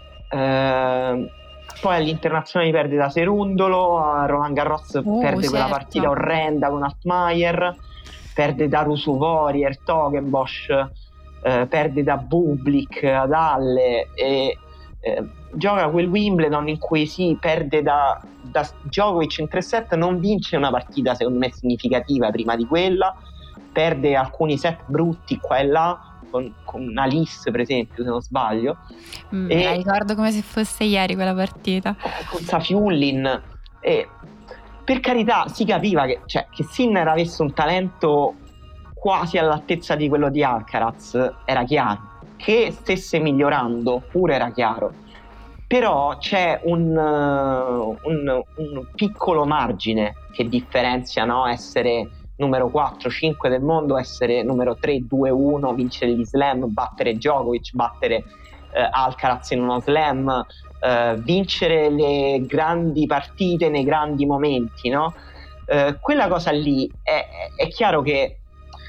Uh, poi all'internazionale perde da Serundolo, a Roland Garros uh, perde certo. quella partita orrenda con Altmaier, perde da Rusuvari, Hertogenbosch, uh, perde da Bublik ad Halle e uh, gioca quel Wimbledon in cui si perde da, da Djokovic in tre set, non vince una partita secondo me significativa prima di quella, perde alcuni set brutti qua e là con, con Alice per esempio, se non sbaglio. Mm, e, la ricordo come se fosse ieri quella partita con Safiullin, e per carità si capiva che, cioè, che Sinner avesse un talento quasi all'altezza di quello di Alcaraz, era chiaro. Che stesse migliorando pure era chiaro, però c'è un, uh, un, un piccolo margine che differenzia, no? Essere numero quattro cinque del mondo, essere numero tre due uno, vincere gli slam, battere Djokovic, battere eh, Alcaraz in uno slam, eh, vincere le grandi partite nei grandi momenti, no? Eh, quella cosa lì è, è chiaro che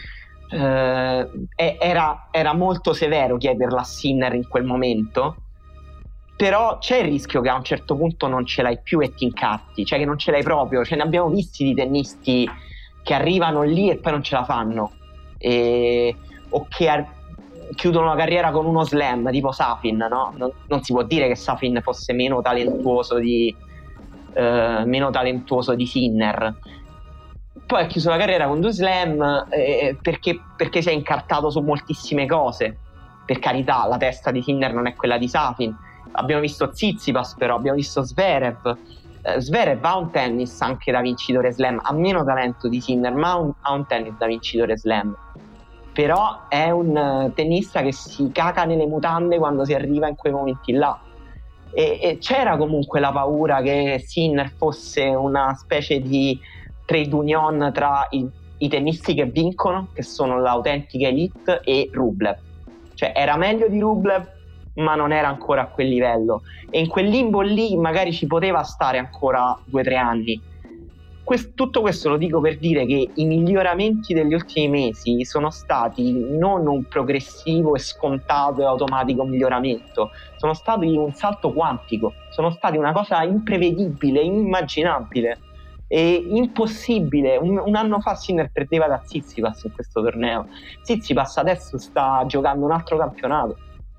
eh, era, era molto severo chiederla a Sinner in quel momento, però c'è il rischio che a un certo punto non ce l'hai più e ti incatti, cioè che non ce l'hai proprio. Ce ne abbiamo visti di tennisti che arrivano lì e poi non ce la fanno, e, o che ar- chiudono la carriera con uno slam, tipo Safin, no? Non, non si può dire che Safin fosse meno talentuoso di eh, meno talentuoso di Sinner. Poi ha chiuso la carriera con due slam eh, perché, perché si è incartato su moltissime cose. Per carità, la testa di Sinner non è quella di Safin. Abbiamo visto Tsitsipas, però abbiamo visto Zverev. Zverev ha un tennis anche da vincitore slam, ha meno talento di Sinner, ma ha un, ha un tennis da vincitore slam, però è un uh, tennista che si caca nelle mutande quando si arriva in quei momenti là, e, e c'era comunque la paura che Sinner fosse una specie di trade union tra i, i tennisti che vincono, che sono l'autentica elite, e Rublev. Cioè era meglio di Rublev, ma non era ancora a quel livello, e in quel limbo lì magari ci poteva stare ancora due o tre anni. Quest- tutto questo lo dico per dire che i miglioramenti degli ultimi mesi sono stati non un progressivo e scontato e automatico miglioramento, sono stati un salto quantico, sono stati una cosa imprevedibile, inimmaginabile e impossibile. Un, un anno fa Sinner perdeva da Tsitsipas in questo torneo. Tsitsipas adesso sta giocando un altro campionato.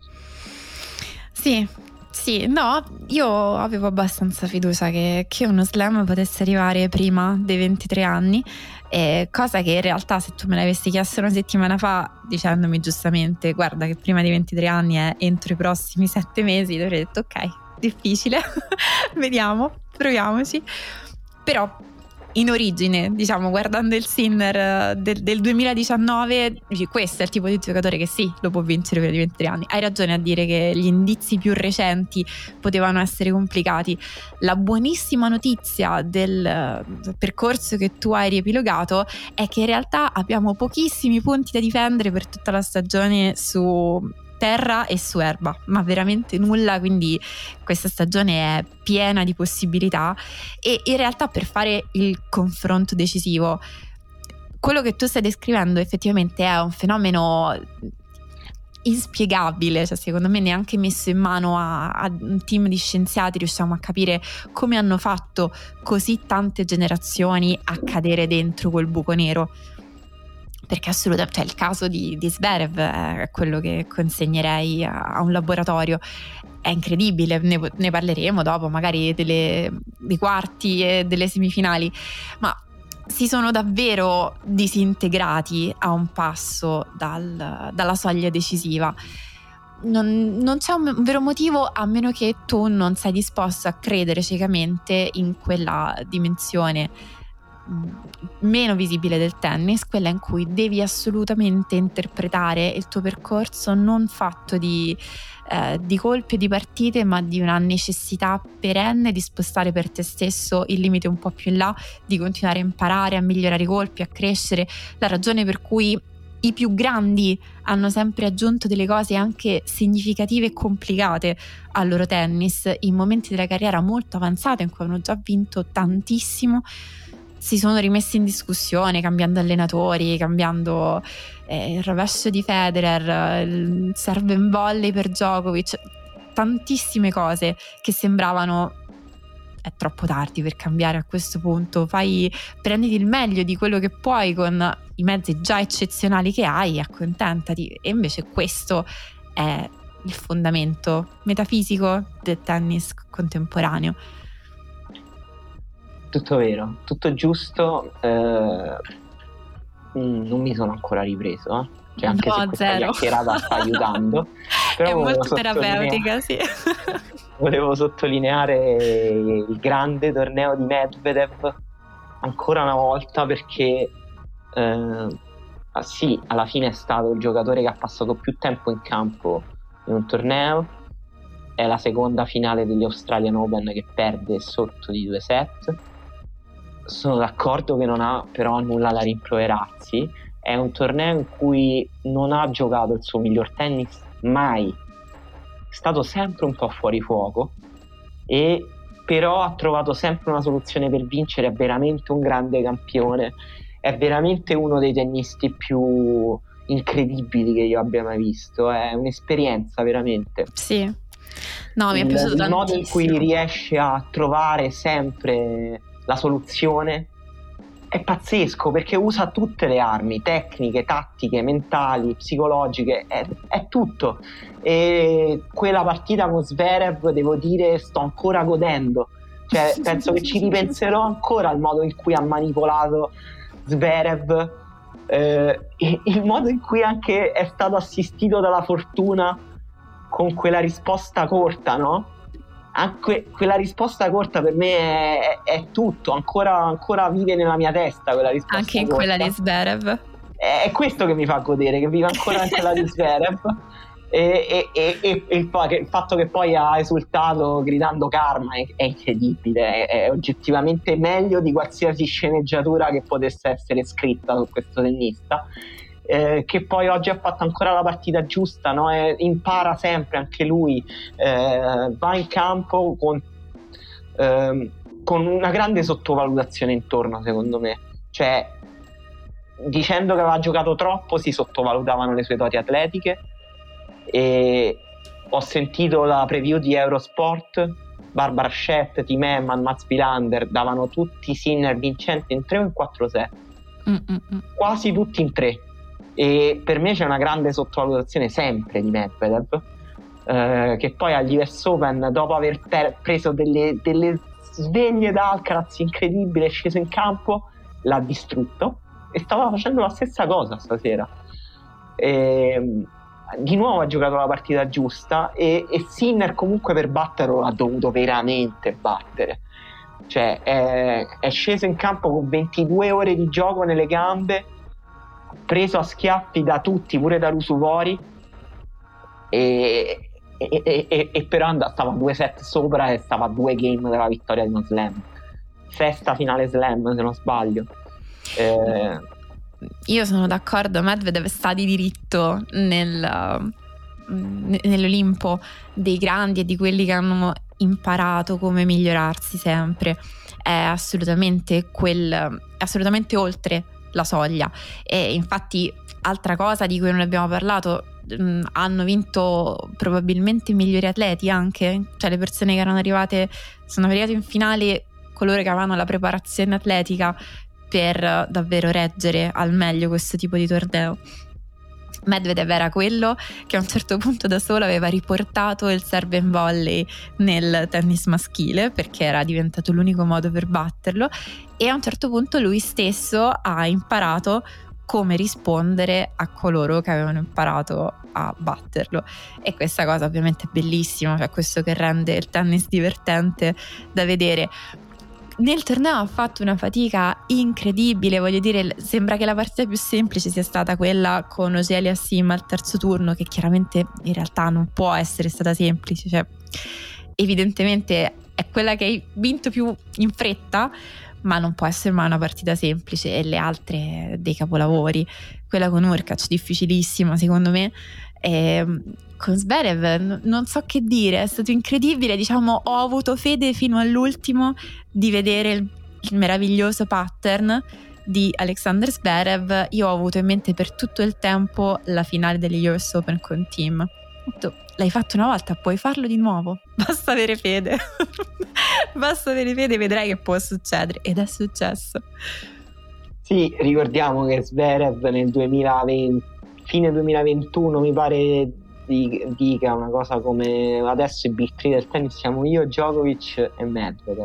Sì, sì, no, io avevo abbastanza fiducia che, che uno slam potesse arrivare prima dei ventitré anni, eh, cosa che in realtà, se tu me l'avessi chiesto una settimana fa dicendomi giustamente guarda che prima dei ventitré anni è entro i prossimi sette mesi, ti avrei detto ok, difficile, vediamo, proviamoci. Però in origine, diciamo, guardando il Sinner del, del duemiladiciannove, dici, questo è il tipo di giocatore che sì, lo può vincere per i ventitré anni. Hai ragione a dire che gli indizi più recenti potevano essere complicati. La buonissima notizia del, del percorso che tu hai riepilogato è che in realtà abbiamo pochissimi punti da difendere per tutta la stagione su terra e su erba, ma veramente nulla, quindi questa stagione è piena di possibilità. E in realtà, per fare il confronto decisivo, quello che tu stai descrivendo effettivamente è un fenomeno inspiegabile, cioè secondo me neanche messo in mano a, a un team di scienziati riusciamo a capire come hanno fatto così tante generazioni a cadere dentro quel buco nero, perché assolutamente, cioè il caso di, di Zverev è quello che consegnerei a, a un laboratorio, è incredibile, ne, ne parleremo dopo magari delle, dei quarti e delle semifinali, ma si sono davvero disintegrati a un passo dal, dalla soglia decisiva. Non, non c'è un, un vero motivo, a meno che tu non sei disposto a credere ciecamente in quella dimensione mh, meno visibile del tennis, quella in cui devi assolutamente interpretare il tuo percorso non fatto di Eh, di colpi e di partite, ma di una necessità perenne di spostare per te stesso il limite un po' più in là, di continuare a imparare, a migliorare i colpi, a crescere. La ragione per cui i più grandi hanno sempre aggiunto delle cose anche significative e complicate al loro tennis in momenti della carriera molto avanzata in cui avevano già vinto tantissimo, si sono rimessi in discussione cambiando allenatori, cambiando eh, il rovescio di Federer, il serve in volley per Djokovic, tantissime cose che sembravano è troppo tardi per cambiare a questo punto, fai, prenditi il meglio di quello che puoi con i mezzi già eccezionali che hai, accontentati. E invece questo è il fondamento metafisico del tennis contemporaneo. Tutto vero, tutto giusto. eh, non mi sono ancora ripreso, eh. Cioè, anche no, se questa zero. chiacchierata sta aiutando, però è molto sottolinea- terapeutica, sì. volevo sottolineare il grande torneo di Medvedev ancora una volta, perché eh, ah, sì, alla fine è stato il giocatore che ha passato più tempo in campo in un torneo. È la seconda finale degli Australian Open che perde sotto di due set. Sono d'accordo che non ha però nulla da rimproverarsi. È un torneo in cui non ha giocato il suo miglior tennis mai, è stato sempre un po' fuori fuoco, e però ha trovato sempre una soluzione per vincere. È veramente un grande campione, è veramente uno dei tennisti più incredibili che io abbia mai visto. È un'esperienza veramente. Sì, no, mi è il, piaciuto il tantissimo. modo in cui riesce a trovare sempre la soluzione è pazzesco, perché usa tutte le armi, tecniche, tattiche, mentali, psicologiche, è, è tutto. E quella partita con Zverev, devo dire, sto ancora godendo, cioè penso che ci ripenserò ancora al modo in cui ha manipolato Zverev, eh, e il modo in cui anche è stato assistito dalla fortuna con quella risposta corta, no? Anche quella risposta corta per me è, è tutto, ancora, ancora vive nella mia testa quella risposta anche in corta. quella di Zverev. È, è questo che mi fa godere, che vive ancora in quella di Zverev. E, e, e, e il, il fatto che poi ha esultato gridando karma è, è incredibile, è, è oggettivamente meglio di qualsiasi sceneggiatura che potesse essere scritta su questo tennista. Eh, che poi oggi ha fatto ancora la partita giusta, no? E impara sempre anche lui, eh, va in campo con, eh, con una grande sottovalutazione intorno, secondo me, cioè dicendo che aveva giocato troppo si sottovalutavano le sue doti atletiche. E ho sentito la preview di Eurosport, Barbara Schett, Tim Emman, Mats Wilander davano tutti Sinner vincenti in tre o in quattro set, Mm-mm. quasi tutti in tre. E per me c'è una grande sottovalutazione sempre di Medvedev, eh, che poi agli U S Open, dopo aver per- preso delle, delle sveglie da Alcaraz incredibili, è sceso in campo, l'ha distrutto, e stava facendo la stessa cosa stasera. E, di nuovo ha giocato la partita giusta, e, e Sinner comunque per batterlo l'ha dovuto veramente battere, cioè è, è sceso in campo con ventidue ore di gioco nelle gambe, preso a schiaffi da tutti, pure da Rusuvori, e, e, e, e però and- stava a due set sopra e stava a due game dalla vittoria di uno slam, sesta finale slam se non sbaglio. eh, Io sono d'accordo, Medvedev sta di diritto nel, mh, nell'Olimpo dei grandi e di quelli che hanno imparato come migliorarsi sempre. È assolutamente quel assolutamente oltre la soglia. E infatti, altra cosa di cui non abbiamo parlato, mh, hanno vinto probabilmente i migliori atleti anche, cioè le persone che erano arrivate, sono arrivate in finale coloro che avevano la preparazione atletica per davvero reggere al meglio questo tipo di torneo. Medvedev era quello che a un certo punto da solo aveva riportato il serve and volley nel tennis maschile, perché era diventato l'unico modo per batterlo, e a un certo punto lui stesso ha imparato come rispondere a coloro che avevano imparato a batterlo, e questa cosa ovviamente è bellissima, cioè questo che rende il tennis divertente da vedere. Nel torneo ha fatto una fatica incredibile, voglio dire, sembra che la partita più semplice sia stata quella con Auger-Aliassime al terzo turno, che chiaramente in realtà non può essere stata semplice, cioè evidentemente è quella che hai vinto più in fretta, ma non può essere mai una partita semplice, e le altre dei capolavori. Quella con Hurkacz difficilissima secondo me, e con Zverev non so che dire, è stato incredibile, diciamo, ho avuto fede fino all'ultimo di vedere il, il meraviglioso pattern di Alexander Zverev. Io ho avuto in mente per tutto il tempo la finale degli U S Open con Thiem. Tu l'hai fatto una volta, puoi farlo di nuovo, basta avere fede. Basta avere fede, vedrai che può succedere, ed è successo. Sì, ricordiamo che Zverev nel duemilaventi, fine duemilaventuno mi pare, dica una cosa come: adesso i big three del tennis siamo io, Djokovic e Medvedev.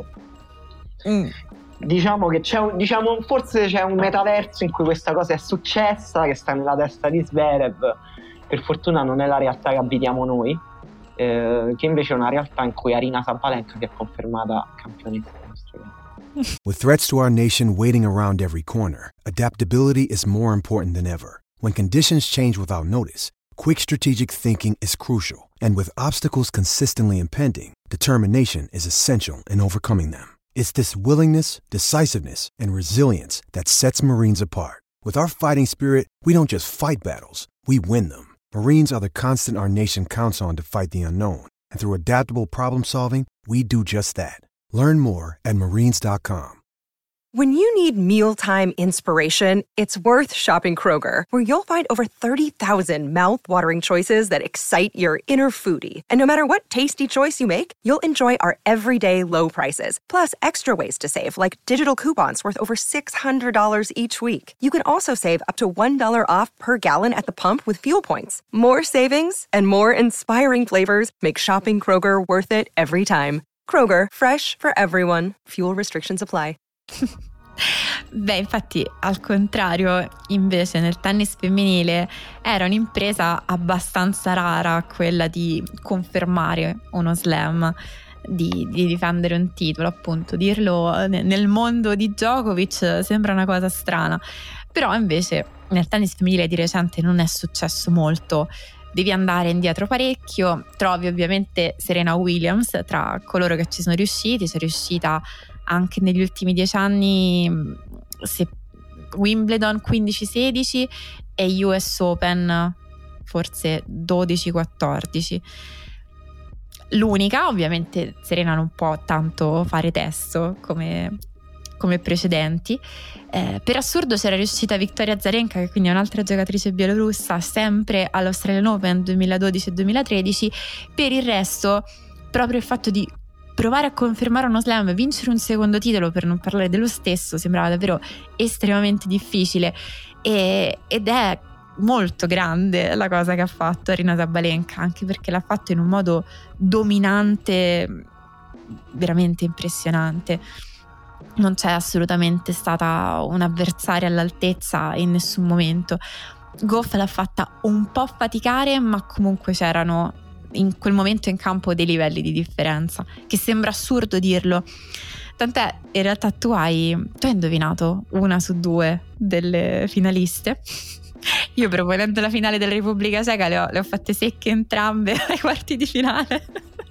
Mm. Diciamo che c'è un, diciamo forse c'è un metaverso in cui questa cosa è successa, che sta nella testa di Zverev. Per fortuna non è la realtà che abitiamo noi, eh, che invece è una realtà in cui Aryna Sabalenka si è confermata campionessa del nostro campo. With threats to our nation waiting around every corner, adaptability is more important than ever. When conditions change without notice, quick strategic thinking is crucial, and with obstacles consistently impending, determination is essential in overcoming them. It's this willingness, decisiveness, and resilience that sets Marines apart. With our fighting spirit, we don't just fight battles, we win them. Marines are the constant our nation counts on to fight the unknown, and through adaptable problem solving, we do just that. Learn more at marines dot com. When you need mealtime inspiration, it's worth shopping Kroger, where you'll find over thirty thousand mouth-watering choices that excite your inner foodie. And no matter what tasty choice you make, you'll enjoy our everyday low prices, plus extra ways to save, like digital coupons worth over six hundred dollars each week. You can also save up to one dollar off per gallon at the pump with fuel points. More savings and more inspiring flavors make shopping Kroger worth it every time. Kroger, fresh for everyone. Fuel restrictions apply. Beh, infatti, al contrario, invece nel tennis femminile era un'impresa abbastanza rara quella di confermare uno slam, di, di difendere un titolo, appunto. Dirlo nel mondo di Djokovic sembra una cosa strana, però invece nel tennis femminile di recente non è successo molto. Devi andare indietro parecchio, trovi ovviamente Serena Williams tra coloro che ci sono riusciti, c'è riuscita anche negli ultimi dieci anni, se Wimbledon quindici sedici e U S Open forse dodici quattordici. L'unica, ovviamente Serena non può tanto fare testo come, come precedenti. Eh, per assurdo c'era riuscita Victoria Azarenka, che quindi è un'altra giocatrice bielorussa, sempre all'Australian Open duemiladodici e duemilatredici. Per il resto, proprio il fatto di provare a confermare uno slam, vincere un secondo titolo, per non parlare dello stesso, sembrava davvero estremamente difficile, e, ed è molto grande la cosa che ha fatto Aryna Sabalenka, anche perché l'ha fatto in un modo dominante, veramente impressionante. Non c'è assolutamente stata un'avversaria all'altezza in nessun momento. Gauff l'ha fatta un po' faticare, ma comunque c'erano in quel momento in campo dei livelli di differenza, che sembra assurdo dirlo, tant'è in realtà tu hai, tu hai indovinato una su due delle finaliste. Io, proponendo la finale della Repubblica Ceca, le ho, le ho fatte secche entrambe ai quarti di finale.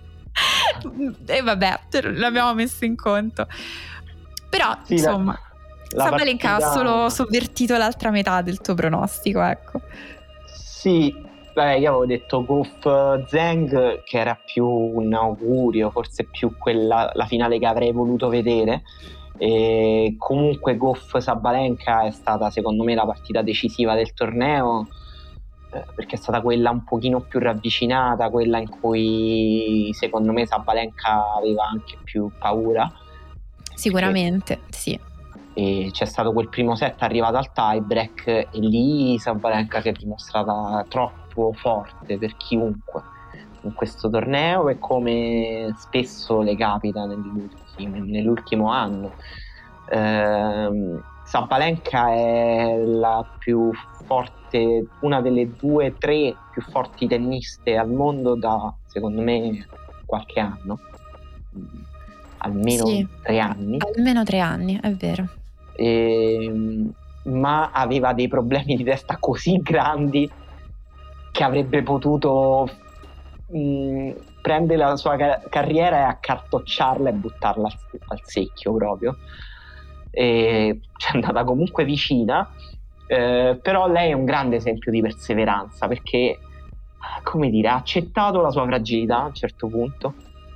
E vabbè, l'abbiamo messo in conto, però sì, insomma la, la Sabalenka partita... ha solo sovvertito l'altra metà del tuo pronostico, ecco. Sì, Beh, io avevo detto Goff Zheng, che era più un augurio, forse più quella la finale che avrei voluto vedere. E comunque Goff Sabalenka è stata secondo me la partita decisiva del torneo, eh, perché è stata quella un pochino più ravvicinata, quella in cui secondo me Sabalenka aveva anche più paura. Sicuramente, perché... sì. E c'è stato quel primo set arrivato al tie break e lì Sabalenka si è dimostrata troppo forte per chiunque in questo torneo, e come spesso le capita nell'ultimo, nell'ultimo anno. ehm, Sabalenka è la più forte, una delle due o tre più forti tenniste al mondo da secondo me qualche anno, almeno sì, tre anni almeno tre anni, è vero. E, ma aveva dei problemi di testa così grandi che avrebbe potuto mh, prendere la sua car- carriera e accartocciarla e buttarla al, al secchio proprio. E ci è andata comunque vicina, eh, però lei è un grande esempio di perseveranza, perché, come dire, ha accettato la sua fragilità a un certo punto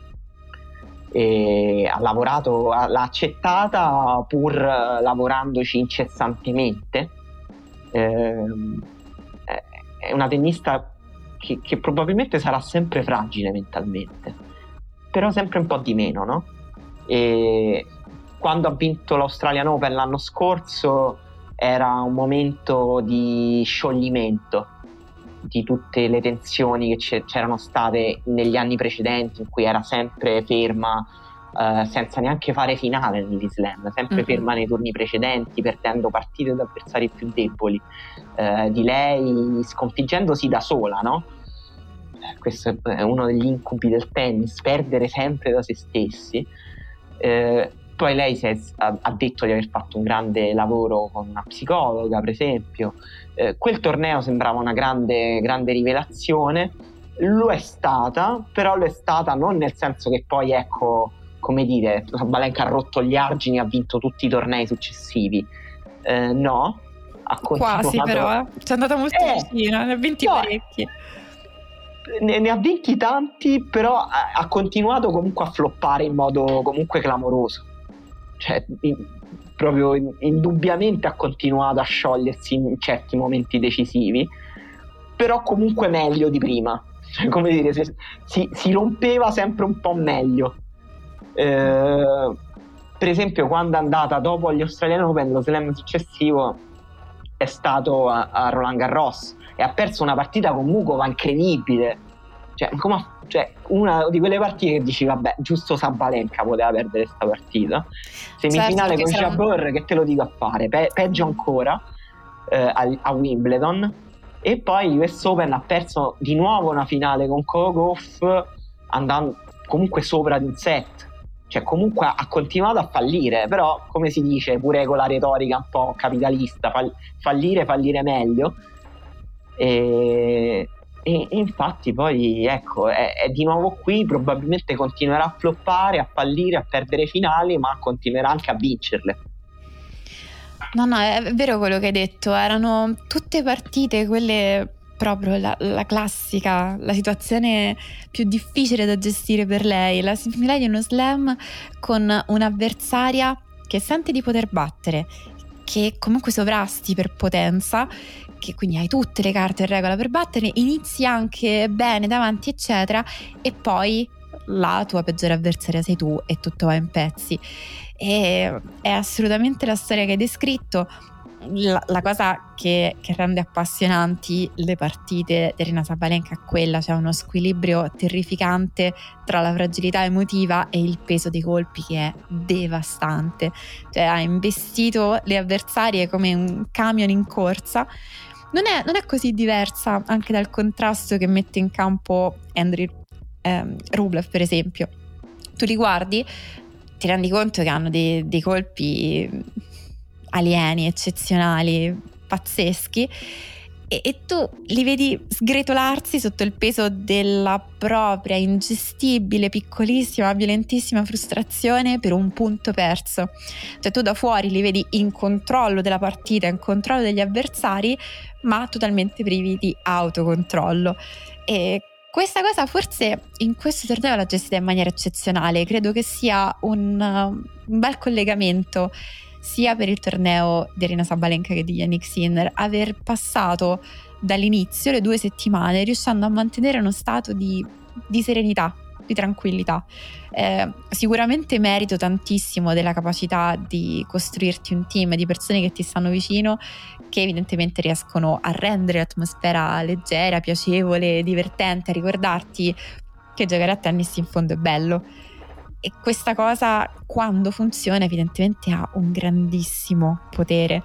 e ha lavorato, l'ha accettata pur lavorandoci incessantemente. Eh, è una tennista che, che probabilmente sarà sempre fragile mentalmente, però sempre un po' di meno, no? E quando ha vinto l'Australian Open l'anno scorso era un momento di scioglimento di tutte le tensioni che c'erano state negli anni precedenti, in cui era sempre ferma, eh, senza neanche fare finale negli slam, sempre mm-hmm. ferma nei turni precedenti, perdendo partite da avversari più deboli eh, di lei, sconfiggendosi da sola, no? Questo è uno degli incubi del tennis, perdere sempre da se stessi. Eh, poi lei si è, ha, ha detto di aver fatto un grande lavoro con una psicologa, per esempio. Eh, quel torneo sembrava una grande, grande rivelazione, lo è stata, però lo è stata non nel senso che poi, ecco, come dire, Sabalenka ha rotto gli argini e ha vinto tutti i tornei successivi. Eh, no, ha continuato... Quasi, però, ci è andata molto eh, vicino, ne ha vinti no, parecchi. Ne, ne ha vinti tanti, però ha, ha continuato comunque a floppare in modo comunque clamoroso. Cioè, in, proprio in, indubbiamente ha continuato a sciogliersi in certi momenti decisivi, però comunque meglio di prima. Cioè, come dire, si, si, si rompeva sempre un po' meglio. Eh, per esempio, quando è andata dopo agli Australian Open, lo slam successivo è stato a, a Roland Garros e ha perso una partita con Mukova incredibile. Cioè, come, cioè, una di quelle partite che dici, vabbè, giusto Sabalenka poteva perdere questa partita. Semifinale certo, con Jabeur, un... che te lo dico a fare, Pe- peggio ancora, eh, a, a Wimbledon. E poi U S Open ha perso di nuovo una finale con Coco Gauff, andando comunque sopra di un set. Cioè, comunque ha continuato a fallire, però, come si dice, pure con la retorica un po' capitalista, fall- fallire, fallire meglio. E... E, e infatti poi ecco è, è di nuovo qui, probabilmente continuerà a floppare, a fallire, a perdere finali, ma continuerà anche a vincerle. No no, è vero quello che hai detto, erano tutte partite quelle proprio la, la classica, la situazione più difficile da gestire per lei, la semifinale di uno slam con un'avversaria che sente di poter battere, che comunque sovrasti per potenza, che quindi hai tutte le carte in regola per battere, inizi anche bene davanti eccetera, e poi la tua peggiore avversaria sei tu e tutto va in pezzi. E è assolutamente la storia che hai descritto. La, la cosa che, che rende appassionanti le partite di Aryna Sabalenka è quella, c'è uno squilibrio terrificante tra la fragilità emotiva e il peso dei colpi che è devastante. Cioè, ha investito le avversarie come un camion in corsa. Non è, non è così diversa anche dal contrasto che mette in campo Andrei ehm, Rublev, per esempio. Tu li guardi, ti rendi conto che hanno dei, dei colpi alieni, eccezionali, pazzeschi, e, e tu li vedi sgretolarsi sotto il peso della propria ingestibile, piccolissima, violentissima frustrazione per un punto perso. Cioè tu da fuori li vedi in controllo della partita, in controllo degli avversari, ma totalmente privi di autocontrollo. E questa cosa forse in questo torneo l'ha gestita in maniera eccezionale. Credo che sia un, un bel collegamento sia per il torneo di Aryna Sabalenka che di Jannik Sinner, aver passato dall'inizio le due settimane riuscendo a mantenere uno stato di, di serenità, di tranquillità. Eh, sicuramente merito tantissimo della capacità di costruirti un team di persone che ti stanno vicino, che evidentemente riescono a rendere l'atmosfera leggera, piacevole, divertente, a ricordarti che giocare a tennis in fondo è bello. E questa cosa, quando funziona, evidentemente ha un grandissimo potere.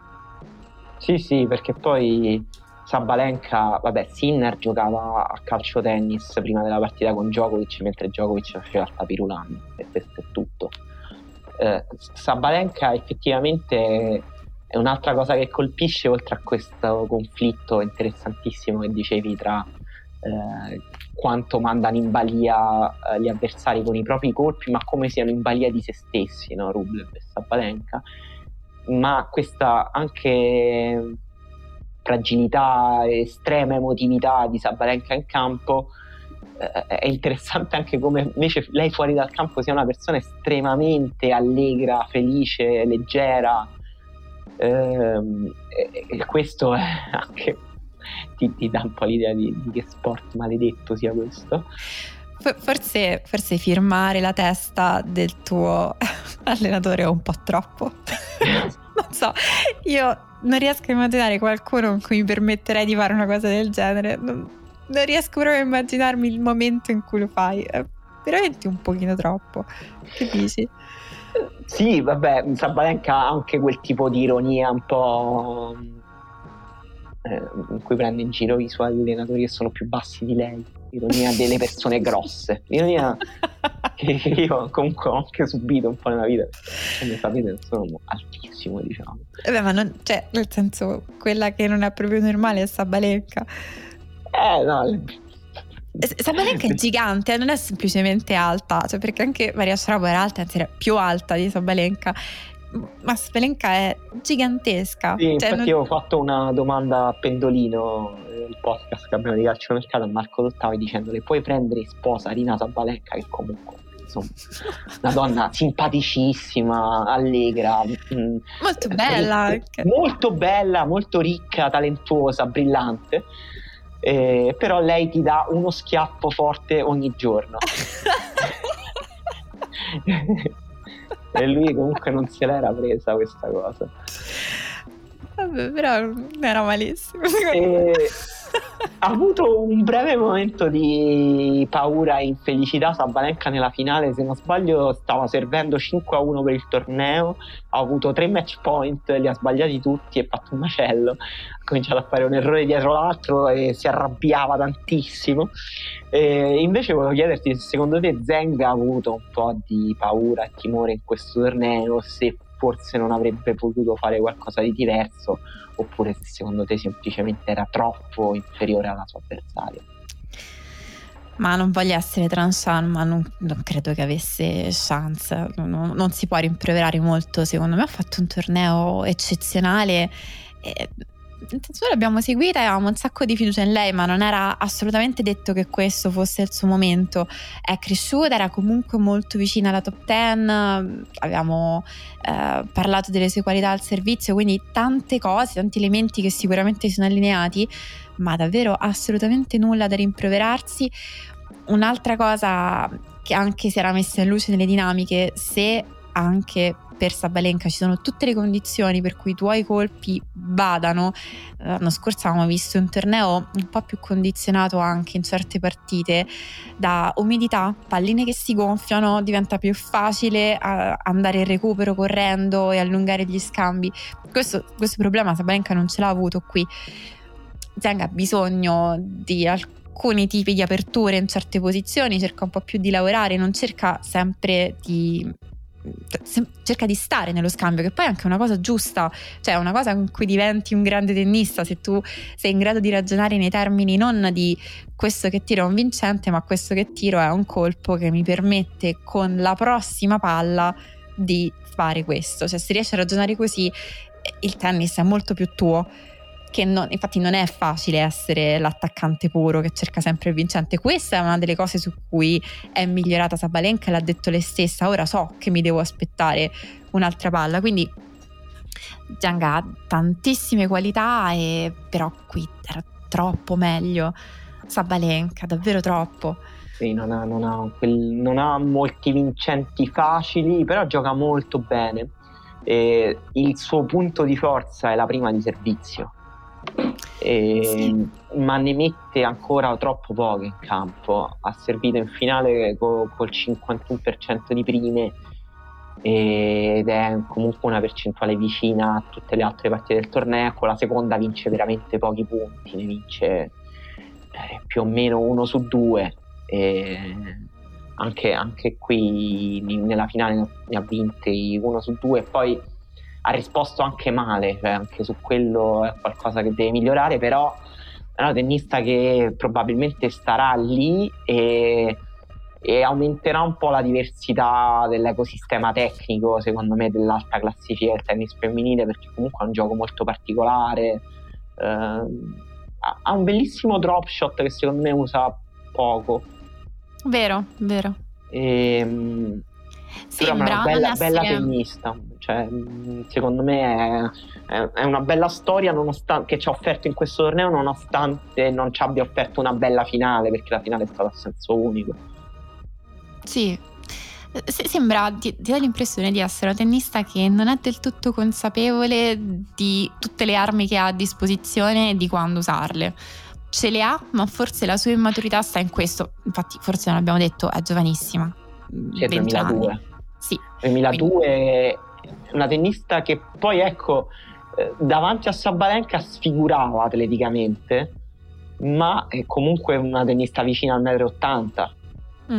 Sì, sì, perché poi Sabalenka, vabbè, Sinner giocava a calcio tennis prima della partita con Djokovic, mentre Djokovic faceva il tapirulan, e questo è tutto. Eh, Sabalenka effettivamente è un'altra cosa che colpisce, oltre a questo conflitto interessantissimo che dicevi tra eh, quanto mandano in balia eh, gli avversari con i propri colpi, ma come siano in balia di se stessi, no? Rublev e Sabalenka, ma questa anche fragilità, estrema emotività di Sabalenka in campo. Eh, è interessante anche come invece lei fuori dal campo sia una persona estremamente allegra, felice, leggera, eh, e, e questo è anche ti, ti dà un po' l'idea di, di che sport maledetto sia questo. Forse, forse firmare la testa del tuo allenatore è un po' troppo. Non so, io non riesco a immaginare qualcuno con cui mi permetterei di fare una cosa del genere. Non, non riesco proprio a immaginarmi il momento in cui lo fai. È veramente un pochino troppo. Che dici? Sì, vabbè, Sabalenka ha anche quel tipo di ironia un po' eh, in cui prende in giro i suoi allenatori che sono più bassi di lei. Ironia delle persone grosse. Ironia che io comunque ho anche subito un po' nella vita, come sapete sono altissimo, diciamo. Beh, ma non, cioè, nel senso, quella che non è proprio normale è Sabalenka. Eh no, Sabalenka è gigante, non è semplicemente alta, cioè, perché anche Maria Sharapova era alta, anzi era più alta di Sabalenka, ma Sabalenka è gigantesca. Sì, cioè, infatti non... io ho fatto una domanda a Pendolino, il podcast che abbiamo di calcio mercato, a Marco Dottavi, dicendole: puoi prendere in sposa Aryna Sabalenka, che comunque insomma una donna simpaticissima, allegra, molto bella anche. molto bella, molto ricca, talentuosa, brillante, eh, però lei ti dà uno schiaffo forte ogni giorno. E lui comunque non se l'era presa questa cosa. Vabbè, però non era malissimo. E ha avuto un breve momento di paura e infelicità Sabalenka nella finale, se non sbaglio stava servendo cinque a uno per il torneo, ha avuto tre match point, li ha sbagliati tutti e ha fatto un macello, ha cominciato a fare un errore dietro l'altro e si arrabbiava tantissimo. E invece volevo chiederti se secondo te Zheng ha avuto un po' di paura e timore in questo torneo, se forse non avrebbe potuto fare qualcosa di diverso, oppure se secondo te semplicemente era troppo inferiore alla sua avversaria. Ma non voglio essere tranchant, ma non, non credo che avesse chance, non, non si può rimproverare molto. Secondo me ha fatto un torneo eccezionale e noi l'abbiamo seguita e avevamo un sacco di fiducia in lei, ma non era assolutamente detto che questo fosse il suo momento. È cresciuta, era comunque molto vicina alla top dieci, avevamo eh, parlato delle sue qualità al servizio, quindi tante cose, tanti elementi che sicuramente sono allineati, ma davvero assolutamente nulla da rimproverarsi. Un'altra cosa che anche si era messa in luce nelle dinamiche, se anche per Sabalenka ci sono tutte le condizioni per cui i tuoi colpi vadano. L'anno scorso avevamo visto un torneo un po' più condizionato anche in certe partite da umidità, palline che si gonfiano, diventa più facile andare in recupero correndo e allungare gli scambi. Questo, questo problema Sabalenka non ce l'ha avuto qui. Zheng ha bisogno di alcuni tipi di aperture in certe posizioni, cerca un po' più di lavorare, non cerca sempre di cerca di stare nello scambio, che poi è anche una cosa giusta, cioè una cosa con cui diventi un grande tennista se tu sei in grado di ragionare nei termini non di questo che tiro è un vincente, ma questo che tiro è un colpo che mi permette con la prossima palla di fare questo. Cioè se riesci a ragionare così il tennis è molto più tuo, che non, infatti non è facile essere l'attaccante puro che cerca sempre il vincente. Questa è una delle cose su cui è migliorata Sabalenka, l'ha detto lei stessa, ora so che mi devo aspettare un'altra palla, quindi Zhang ha tantissime qualità, e però qui era troppo meglio Sabalenka, davvero troppo. Sì, non ha, non ha quel, non ha molti vincenti facili, però gioca molto bene. E il suo punto di forza è la prima di servizio, e, sì. Ma ne mette ancora troppo poche in campo. Ha servito in finale co, col cinquantuno per cento di prime, ed è comunque una percentuale vicina a tutte le altre partite del torneo. Con la seconda vince veramente pochi punti, ne vince eh, più o meno uno su due, e anche, anche qui nella finale ne ha vinte uno su due, e poi ha risposto anche male, cioè anche su quello è qualcosa che deve migliorare, però è una tennista che probabilmente starà lì e, e aumenterà un po' la diversità dell'ecosistema tecnico, secondo me, dell'alta classifica del tennis femminile, perché comunque è un gioco molto particolare, eh, ha un bellissimo drop shot che secondo me usa poco. Vero, vero. E, sembra è una bella, bella essere... tennista, cioè, secondo me è, è una bella storia, nonostante che ci ha offerto in questo torneo, nonostante non ci abbia offerto una bella finale, perché la finale è stata a senso unico. Sì, sembra, ti, ti dà l'impressione di essere una tennista che non è del tutto consapevole di tutte le armi che ha a disposizione e di quando usarle. Ce le ha, ma forse la sua immaturità sta in questo. Infatti forse non abbiamo detto, è giovanissima, sì, duemiladue anni. Sì, duemiladue, quindi... una tennista che poi, ecco, eh, davanti a Sabalenka sfigurava atleticamente, ma è comunque una tennista vicina al metro e ottanta. Mm.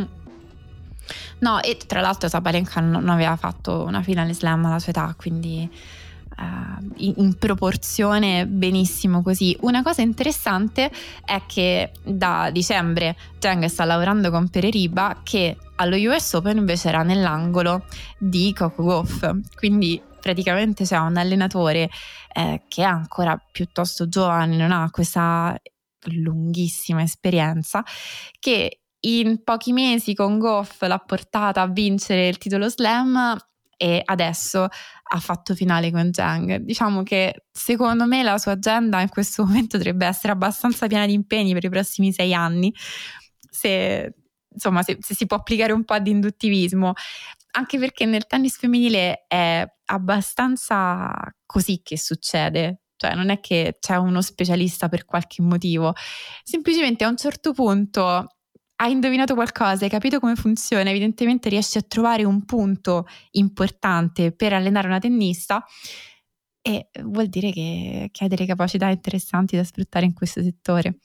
No, e tra l'altro Sabalenka non aveva fatto una finale slam alla sua età, quindi uh, in, in proporzione benissimo così. Una cosa interessante è che da dicembre Zhang sta lavorando con Pereriba, che allo U S Open invece era nell'angolo di Coco Gauff, quindi praticamente c'è un allenatore eh, che è ancora piuttosto giovane, non ha questa lunghissima esperienza, che in pochi mesi con Gauff l'ha portata a vincere il titolo slam, e adesso ha fatto finale con Zhang. Diciamo che secondo me la sua agenda in questo momento dovrebbe essere abbastanza piena di impegni per i prossimi sei anni, se insomma se, se si può applicare un po' di induttivismo, anche perché nel tennis femminile è abbastanza così che succede. Cioè non è che c'è uno specialista per qualche motivo, semplicemente a un certo punto hai indovinato qualcosa, hai capito come funziona, evidentemente riesci a trovare un punto importante per allenare una tennista, e vuol dire che, che hai delle capacità interessanti da sfruttare in questo settore.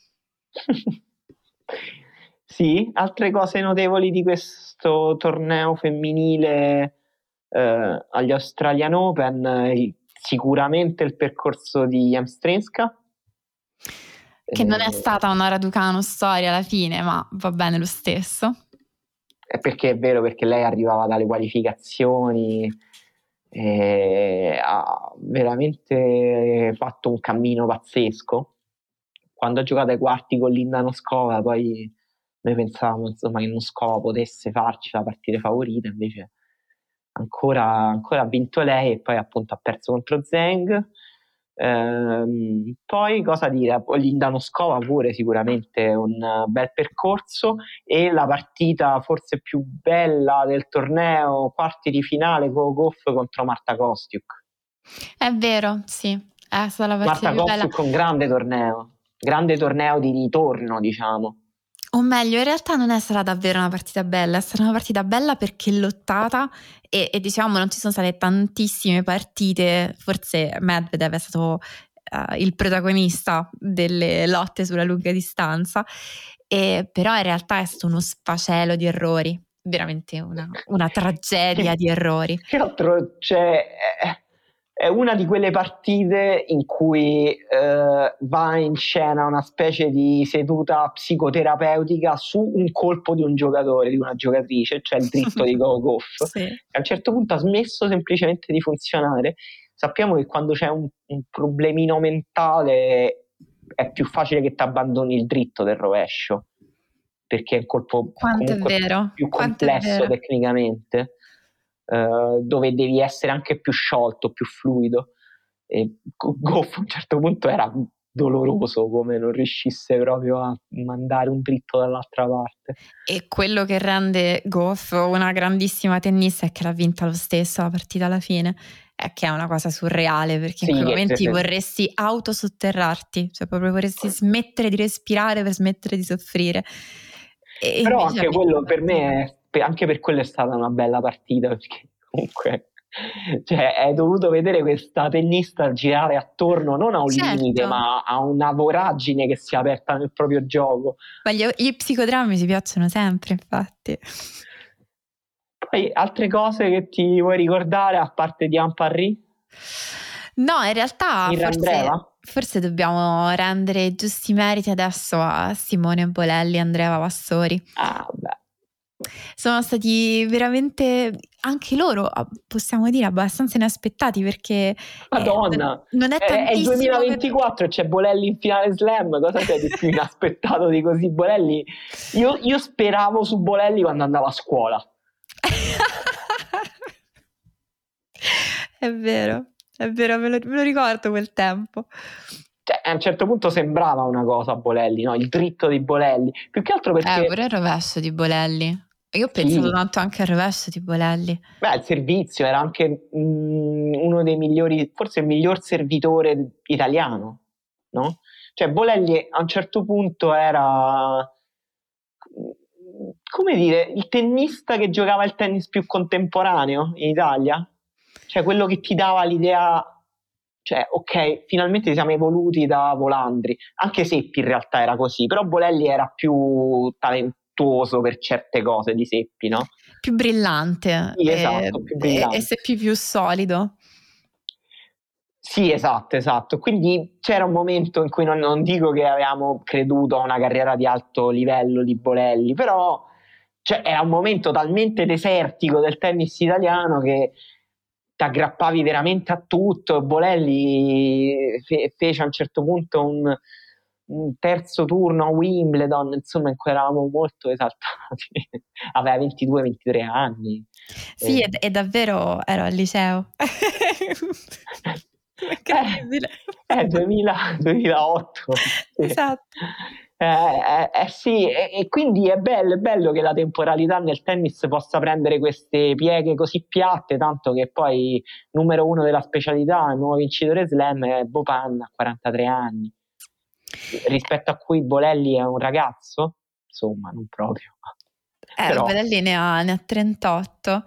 Sì, altre cose notevoli di questo torneo femminile eh, agli Australian Open, eh, sicuramente il percorso di Jamstrinska, che non è stata una Raducanu storia alla fine, ma va bene lo stesso. È perché è vero, perché lei arrivava dalle qualificazioni e ha veramente fatto un cammino pazzesco. Quando ha giocato ai quarti con Linda Noskova, poi noi pensavamo, insomma, che Noskova potesse farci la partita favorita, invece ancora, ancora ha vinto lei, e poi appunto ha perso contro Zhang. Ehm, poi cosa dire, Linda Noskova pure sicuramente un bel percorso, e la partita forse più bella del torneo, quarti di finale con Gauff contro Marta Kostyuk. È vero, sì, è stata la partita Marta più bella. Kostyuk, un grande torneo, grande torneo di ritorno, diciamo. O meglio, in realtà non è stata davvero una partita bella, è stata una partita bella perché lottata, e, e diciamo non ci sono state tantissime partite, forse Medvedev è stato uh, il protagonista delle lotte sulla lunga distanza, e, però in realtà è stato uno sfacelo di errori, veramente una, una tragedia di errori. Che altro c'è? È una di quelle partite in cui eh, va in scena una specie di seduta psicoterapeutica su un colpo di un giocatore, di una giocatrice, cioè il dritto di Goff, sì. che a un certo punto ha smesso semplicemente di funzionare. Sappiamo che quando c'è un, un problemino mentale è più facile che ti abbandoni il dritto del rovescio, perché è un colpo Quanto comunque è vero. più Quanto complesso tecnicamente. Uh, dove devi essere anche più sciolto, più fluido, e Goff a un certo punto era doloroso come non riuscisse proprio a mandare un dritto dall'altra parte. E quello che rende Goff una grandissima tennista è che l'ha vinta lo stesso la partita alla fine, è che è una cosa surreale, perché sì, in quei momenti vorresti autosotterrarti, cioè proprio vorresti smettere di respirare per smettere di soffrire. E però anche quello per me è, anche per quello è stata una bella partita, perché comunque cioè hai dovuto vedere questa tennista girare attorno non a un certo. limite, ma a una voragine che si è aperta nel proprio gioco. Ma gli, gli psicodrammi si piacciono sempre, infatti. Poi altre cose che ti vuoi ricordare a parte di Ampari? No, in realtà in forse, forse dobbiamo rendere i giusti meriti adesso a Simone Bolelli e Andrea Vassori. Ah, beh. Sono stati veramente anche loro, possiamo dire, abbastanza inaspettati, perché Madonna, eh, non è, è, è il duemilaventiquattro, per... c'è Bolelli in finale slam, cosa c'è di più inaspettato di così? Bolelli, io, io speravo su Bolelli quando andavo a scuola. È vero, è vero, me lo, me lo ricordo quel tempo. Cioè, a un certo punto sembrava una cosa Bolelli, no? Il dritto di Bolelli, più che altro perché... Eh, pure il rovescio di Bolelli. Io ho pensato sì. tanto anche al rovescio di Bolelli. Beh, il servizio era anche mh, uno dei migliori, forse il miglior servitore italiano, no? Cioè Bolelli a un certo punto era, come dire, il tennista che giocava il tennis più contemporaneo in Italia. Cioè quello che ti dava l'idea, cioè ok, finalmente siamo evoluti da Volandri, anche Seppi in realtà era così, però Bolelli era più talentuoso per certe cose di Seppi, no? Più brillante, sì, e, esatto, più brillante. E, e Seppi più solido. Sì, esatto, esatto. Quindi c'era un momento in cui non, non dico che avevamo creduto a una carriera di alto livello di Bolelli, però cioè, era un momento talmente desertico del tennis italiano che ti aggrappavi veramente a tutto. Bolelli fe- fece a un certo punto un, un terzo turno a Wimbledon, insomma, in cui eravamo molto esaltati. Aveva ventidue ventitré anni. Sì, eh. e, e davvero ero al liceo. Incredibile. Eh, eh, duemila, duemilaotto. Esatto. Eh, eh, eh sì, e, e quindi è bello, è bello che la temporalità nel tennis possa prendere queste pieghe così piatte, tanto che poi numero uno della specialità, il nuovo vincitore slam è Bopan a quarantatré anni, rispetto a cui Bolelli è un ragazzo, insomma, non proprio. Eh, Però... Bolelli ne ha, ne ha trentotto.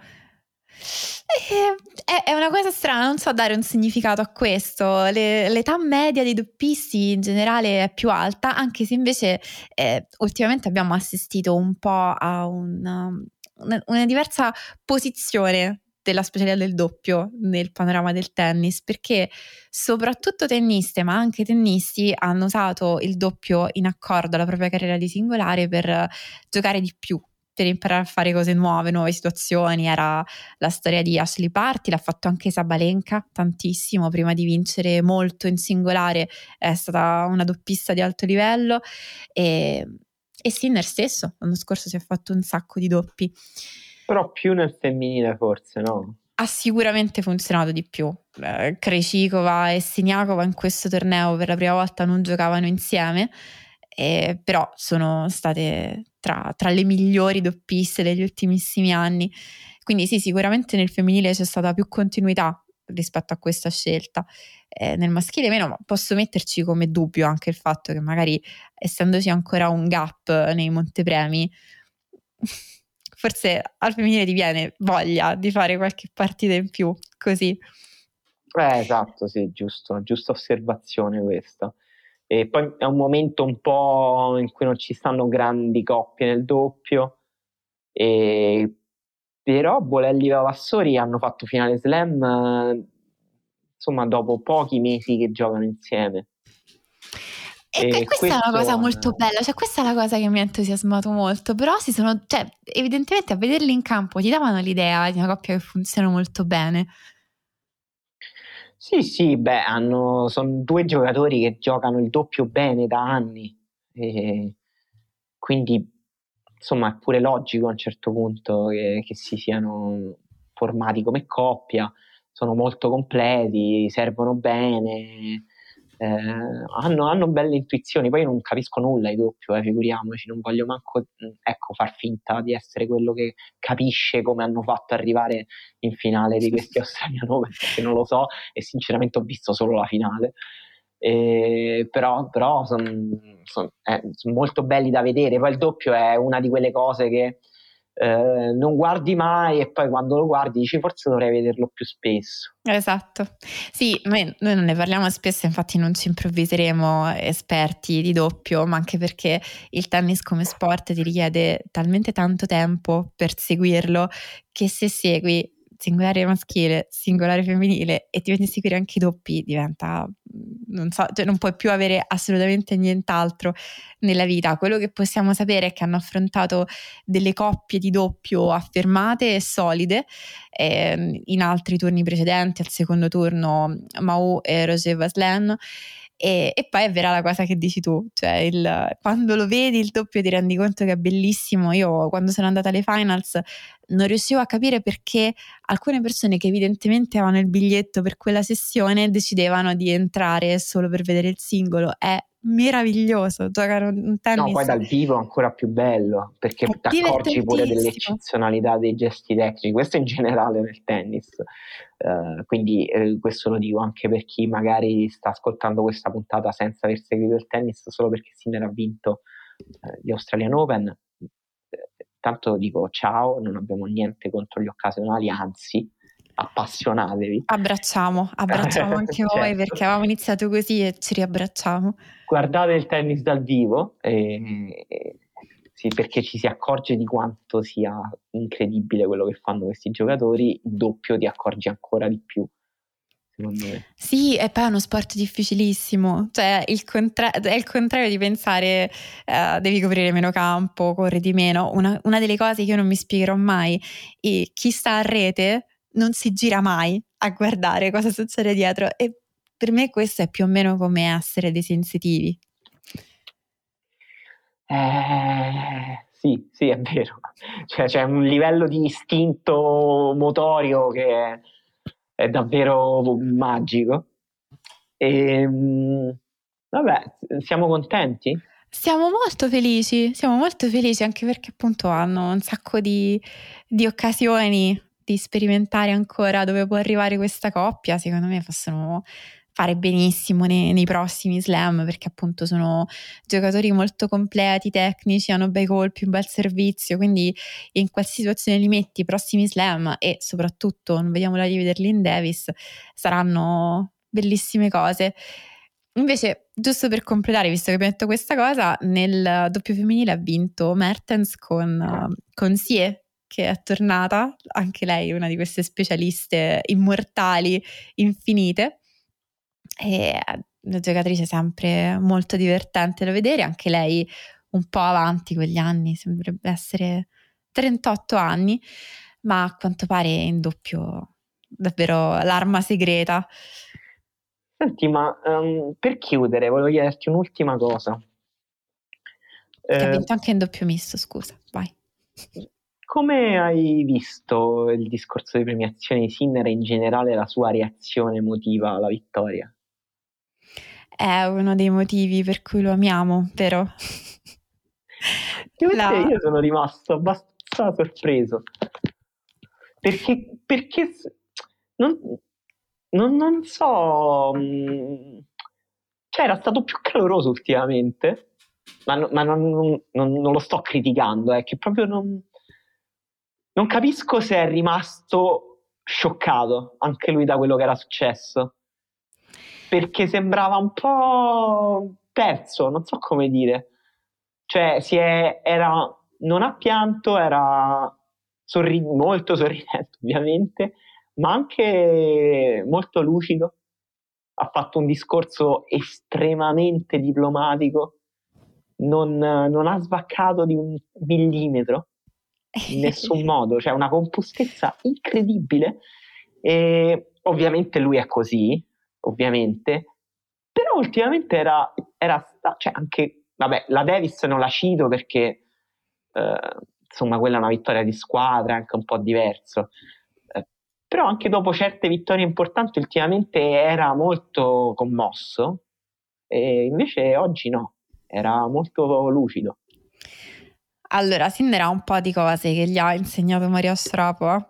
È, è una cosa strana, non so dare un significato a questo. Le, l'età media dei doppisti in generale è più alta, anche se invece eh, ultimamente abbiamo assistito un po' a una, una, una diversa posizione della specialità del doppio nel panorama del tennis, perché soprattutto tenniste ma anche tennisti hanno usato il doppio in accordo alla propria carriera di singolare per giocare di più, per imparare a fare cose nuove, nuove situazioni. Era la storia di Ashley Barty, l'ha fatto anche Sabalenka tantissimo, prima di vincere molto in singolare è stata una doppista di alto livello, e, e Sinner stesso l'anno scorso si è fatto un sacco di doppi. Però più nel femminile forse, no? Ha sicuramente funzionato di più. eh, Krejcikova e Siniakova in questo torneo per la prima volta non giocavano insieme, Eh, però sono state tra, tra le migliori doppiste degli ultimissimi anni. Quindi sì, sicuramente nel femminile c'è stata più continuità rispetto a questa scelta. Eh, nel maschile meno, ma posso metterci come dubbio anche il fatto che magari, essendoci ancora un gap nei montepremi, forse al femminile ti viene voglia di fare qualche partita in più, così. Eh, esatto, sì, giusto, giusta osservazione questa. E poi è un momento un po' in cui non ci stanno grandi coppie nel doppio, E però Bolelli e Vavassori hanno fatto finale slam eh, insomma dopo pochi mesi che giocano insieme. E, e questa è una cosa molto bella, cioè questa è la cosa che mi ha entusiasmato molto, però si sono, cioè evidentemente a vederli in campo ti davano l'idea di una coppia che funziona molto bene. Sì, sì, beh, hanno, sono due giocatori che giocano il doppio bene da anni, e quindi insomma è pure logico a un certo punto che, che si siano formati come coppia, sono molto completi, servono bene, eh, hanno, hanno belle intuizioni. Poi io non capisco nulla di doppio, eh, figuriamoci, non voglio manco ecco, far finta di essere quello che capisce come hanno fatto arrivare in finale di questi Australian Open, perché non lo so e sinceramente ho visto solo la finale. Eh, però, però sono son, eh, son molto belli da vedere. Poi il doppio è una di quelle cose che eh, non guardi mai e poi quando lo guardi dici forse dovrei vederlo più spesso. Esatto, sì, noi, noi non ne parliamo spesso, infatti non ci improvviseremo esperti di doppio, ma anche perché il tennis come sport ti richiede talmente tanto tempo per seguirlo che se segui singolare maschile, singolare femminile e ti metti a seguire anche i doppi diventa, non so, cioè non puoi più avere assolutamente nient'altro nella vita. Quello che possiamo sapere è che hanno affrontato delle coppie di doppio affermate e solide eh, in altri turni precedenti, al secondo turno Mahou e Roger Vasselin. E, e poi è vera la cosa che dici tu, cioè il, quando lo vedi il doppio ti rendi conto che è bellissimo. Io quando sono andata alle finals non riuscivo a capire perché alcune persone che evidentemente avevano il biglietto per quella sessione decidevano di entrare solo per vedere il singolo. È meraviglioso giocare un tennis. No, poi dal vivo è ancora più bello perché ti accorgi pure dell'eccezionalità dei gesti tecnici, questo in generale nel tennis, uh, quindi eh, questo lo dico anche per chi magari sta ascoltando questa puntata senza aver seguito il tennis solo perché Sinner ha vinto uh, gli Australian Open. Eh, tanto dico ciao, non abbiamo niente contro gli occasionali, anzi appassionatevi. Abbracciamo, abbracciamo anche certo. Voi perché avevamo iniziato così e ci riabbracciamo. Guardate il tennis dal vivo, e, e, sì, perché ci si accorge di quanto sia incredibile quello che fanno questi giocatori, il doppio ti accorgi ancora di più. Secondo me. Sì, e poi è uno sport difficilissimo, cioè il contra- è il contrario di pensare uh, devi coprire meno campo, corri di meno. Una, una delle cose che io non mi spiegherò mai è chi sta a rete non si gira mai a guardare cosa succede dietro, e per me questo è più o meno come essere dei sensitivi. Eh, sì, sì, è vero. Cioè, c'è un livello di istinto motorio che è, è davvero magico. E, vabbè, siamo contenti? Siamo molto felici, siamo molto felici anche perché appunto hanno un sacco di, di occasioni di sperimentare ancora dove può arrivare questa coppia. Secondo me possono fare benissimo nei, nei prossimi slam perché appunto sono giocatori molto completi, tecnici, hanno bei colpi, un bel servizio, quindi in qualsiasi situazione li metti, i prossimi slam, e soprattutto non vediamo l'ora di vederli in Davis, saranno bellissime cose. Invece, giusto per completare, visto che abbiamo detto questa cosa, nel doppio femminile ha vinto Mertens con, uh, con Sie, che è tornata, anche lei una di queste specialiste immortali infinite, e una giocatrice sempre molto divertente da vedere, anche lei un po' avanti con gli anni, sembrerebbe essere trentotto anni, ma a quanto pare in doppio davvero l'arma segreta. Senti, ma um, per chiudere volevo chiederti un'ultima cosa. Che eh, ha vinto anche in doppio misto, scusa, vai. Come hai visto il discorso di premiazione di Sinner e in generale la sua reazione emotiva alla vittoria? È uno dei motivi per cui lo amiamo, vero? La... Io sono rimasto abbastanza sorpreso perché, perché non, non, non so, cioè era stato più caloroso ultimamente, ma, no, ma non, non, non lo sto criticando, è che proprio non, non capisco se è rimasto scioccato anche lui da quello che era successo, perché sembrava un po' perso, non so come dire, cioè si è, era non ha pianto, era sorri- molto sorridente ovviamente, ma anche molto lucido. Ha fatto un discorso estremamente diplomatico, non, non ha svaccato di un millimetro in nessun modo, cioè una compostezza incredibile. E ovviamente lui è così, ovviamente, però ultimamente era, era cioè anche, vabbè, la Davis non la cito perché eh, insomma quella è una vittoria di squadra, è anche un po' diverso, eh, però anche dopo certe vittorie importanti ultimamente era molto commosso, e invece oggi no, era molto lucido. Allora, Sinner ha un po' di cose che gli ha insegnato Maria Sharapova.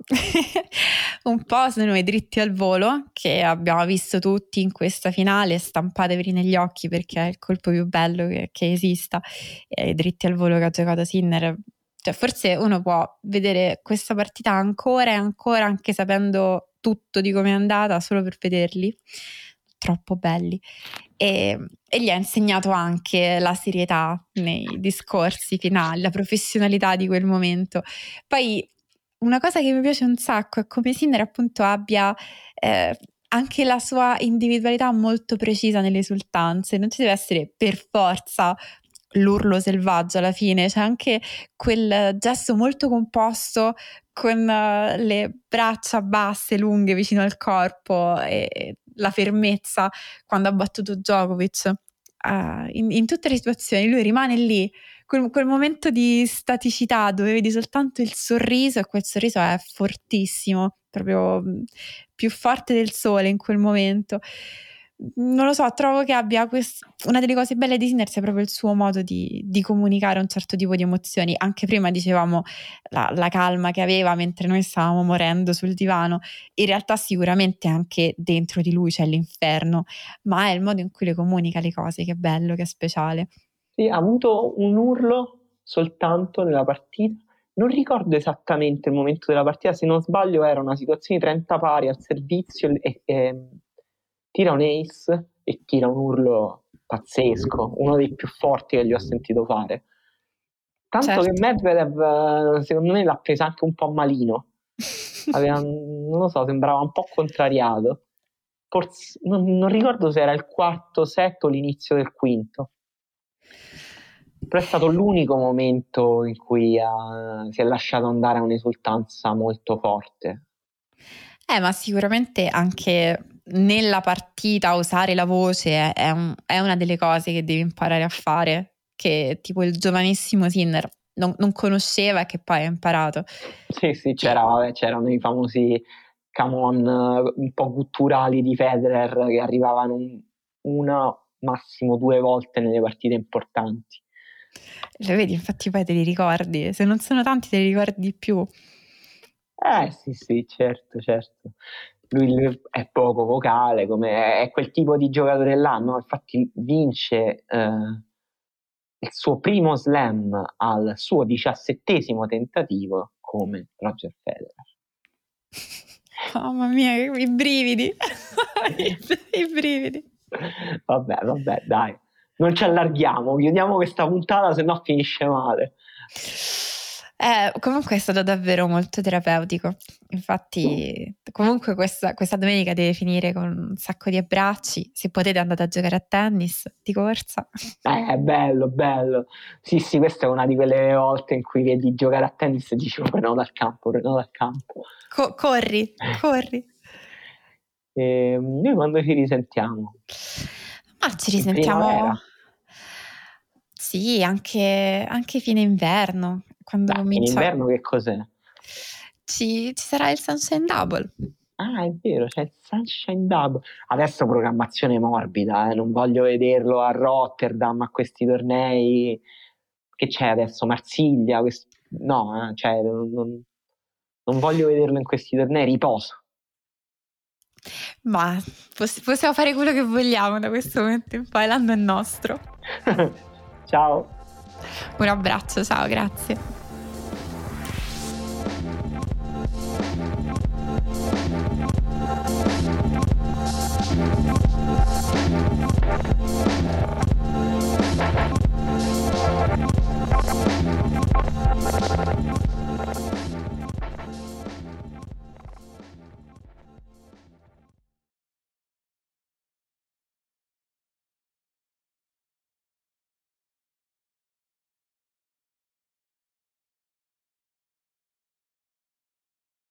Un po' sono i dritti al volo che abbiamo visto tutti in questa finale, stampatevi negli occhi perché è il colpo più bello che, che esista. E i dritti al volo che ha giocato Sinner, cioè forse uno può vedere questa partita ancora e ancora anche sapendo tutto di come è andata solo per vederli, troppo belli. E, e gli ha insegnato anche la serietà nei discorsi finali, la professionalità di quel momento. Poi una cosa che mi piace un sacco è come Sinner appunto abbia eh, anche la sua individualità molto precisa nelle esultanze, non ci deve essere per forza l'urlo selvaggio alla fine, c'è anche quel gesto molto composto con uh, le braccia basse, lunghe vicino al corpo e la fermezza quando ha battuto Djokovic. Uh, in, in tutte le situazioni lui rimane lì, quel, quel momento di staticità dove vedi soltanto il sorriso, e quel sorriso è fortissimo, proprio più forte del sole in quel momento. Non lo so, trovo che abbia quest... una delle cose belle di Sinner sia proprio il suo modo di, di comunicare un certo tipo di emozioni. Anche prima dicevamo la, la calma che aveva mentre noi stavamo morendo sul divano, in realtà sicuramente anche dentro di lui c'è l'inferno, ma è il modo in cui le comunica le cose che è bello, che è speciale. Sì, ha avuto un urlo soltanto nella partita, non ricordo esattamente il momento della partita, se non sbaglio era una situazione di trenta pari al servizio e, e tira un ace e tira un urlo pazzesco, uno dei più forti che gli ho sentito fare. Tanto certo. Che Medvedev secondo me l'ha presa anche un po' malino, aveva, non lo so, sembrava un po' contrariato. Forse, non, non ricordo se era il quarto set o l'inizio del quinto, però è stato l'unico momento in cui ha, si è lasciato andare a un'esultanza molto forte. Eh, ma sicuramente anche nella partita usare la voce è, un, è una delle cose che devi imparare a fare, che tipo il giovanissimo Sinner non, non conosceva e che poi ha imparato. Sì, sì, c'era, vabbè, c'erano i famosi come on un po' gutturali di Federer che arrivavano un, una, massimo due volte nelle partite importanti. Lo vedi, infatti poi te li ricordi, se non sono tanti te li ricordi di più. Eh sì, sì, certo, certo. Lui è poco vocale, come è quel tipo di giocatore là, no? Infatti vince eh, il suo primo slam al suo diciassettesimo tentativo come Roger Federer. Oh, mamma mia, i brividi, i brividi. Vabbè, vabbè, dai, non ci allarghiamo, chiudiamo questa puntata, se no finisce male. Eh, comunque è stato davvero molto terapeutico. Infatti, comunque questa, questa domenica deve finire con un sacco di abbracci. Se potete andate a giocare a tennis di corsa. Eh, bello, bello. Sì, sì, questa è una di quelle volte in cui vedi giocare a tennis e dici: prendo dal campo, prendo dal campo. Co- corri, corri. E noi quando ci risentiamo? Ma ci risentiamo. Sì, anche, anche fine inverno. Quando Beh, comincia... in inverno che cos'è? Ci, ci sarà il Sunshine Double. Ah, è vero, c'è il Sunshine Double. Adesso programmazione morbida, eh? Non voglio vederlo a Rotterdam, a questi tornei. Che c'è adesso? Marsiglia? Quest... No, eh? Cioè, non, non voglio vederlo in questi tornei, riposo. Ma poss- possiamo fare quello che vogliamo da questo momento in poi, l'anno è nostro. Ciao. Un abbraccio, ciao, grazie.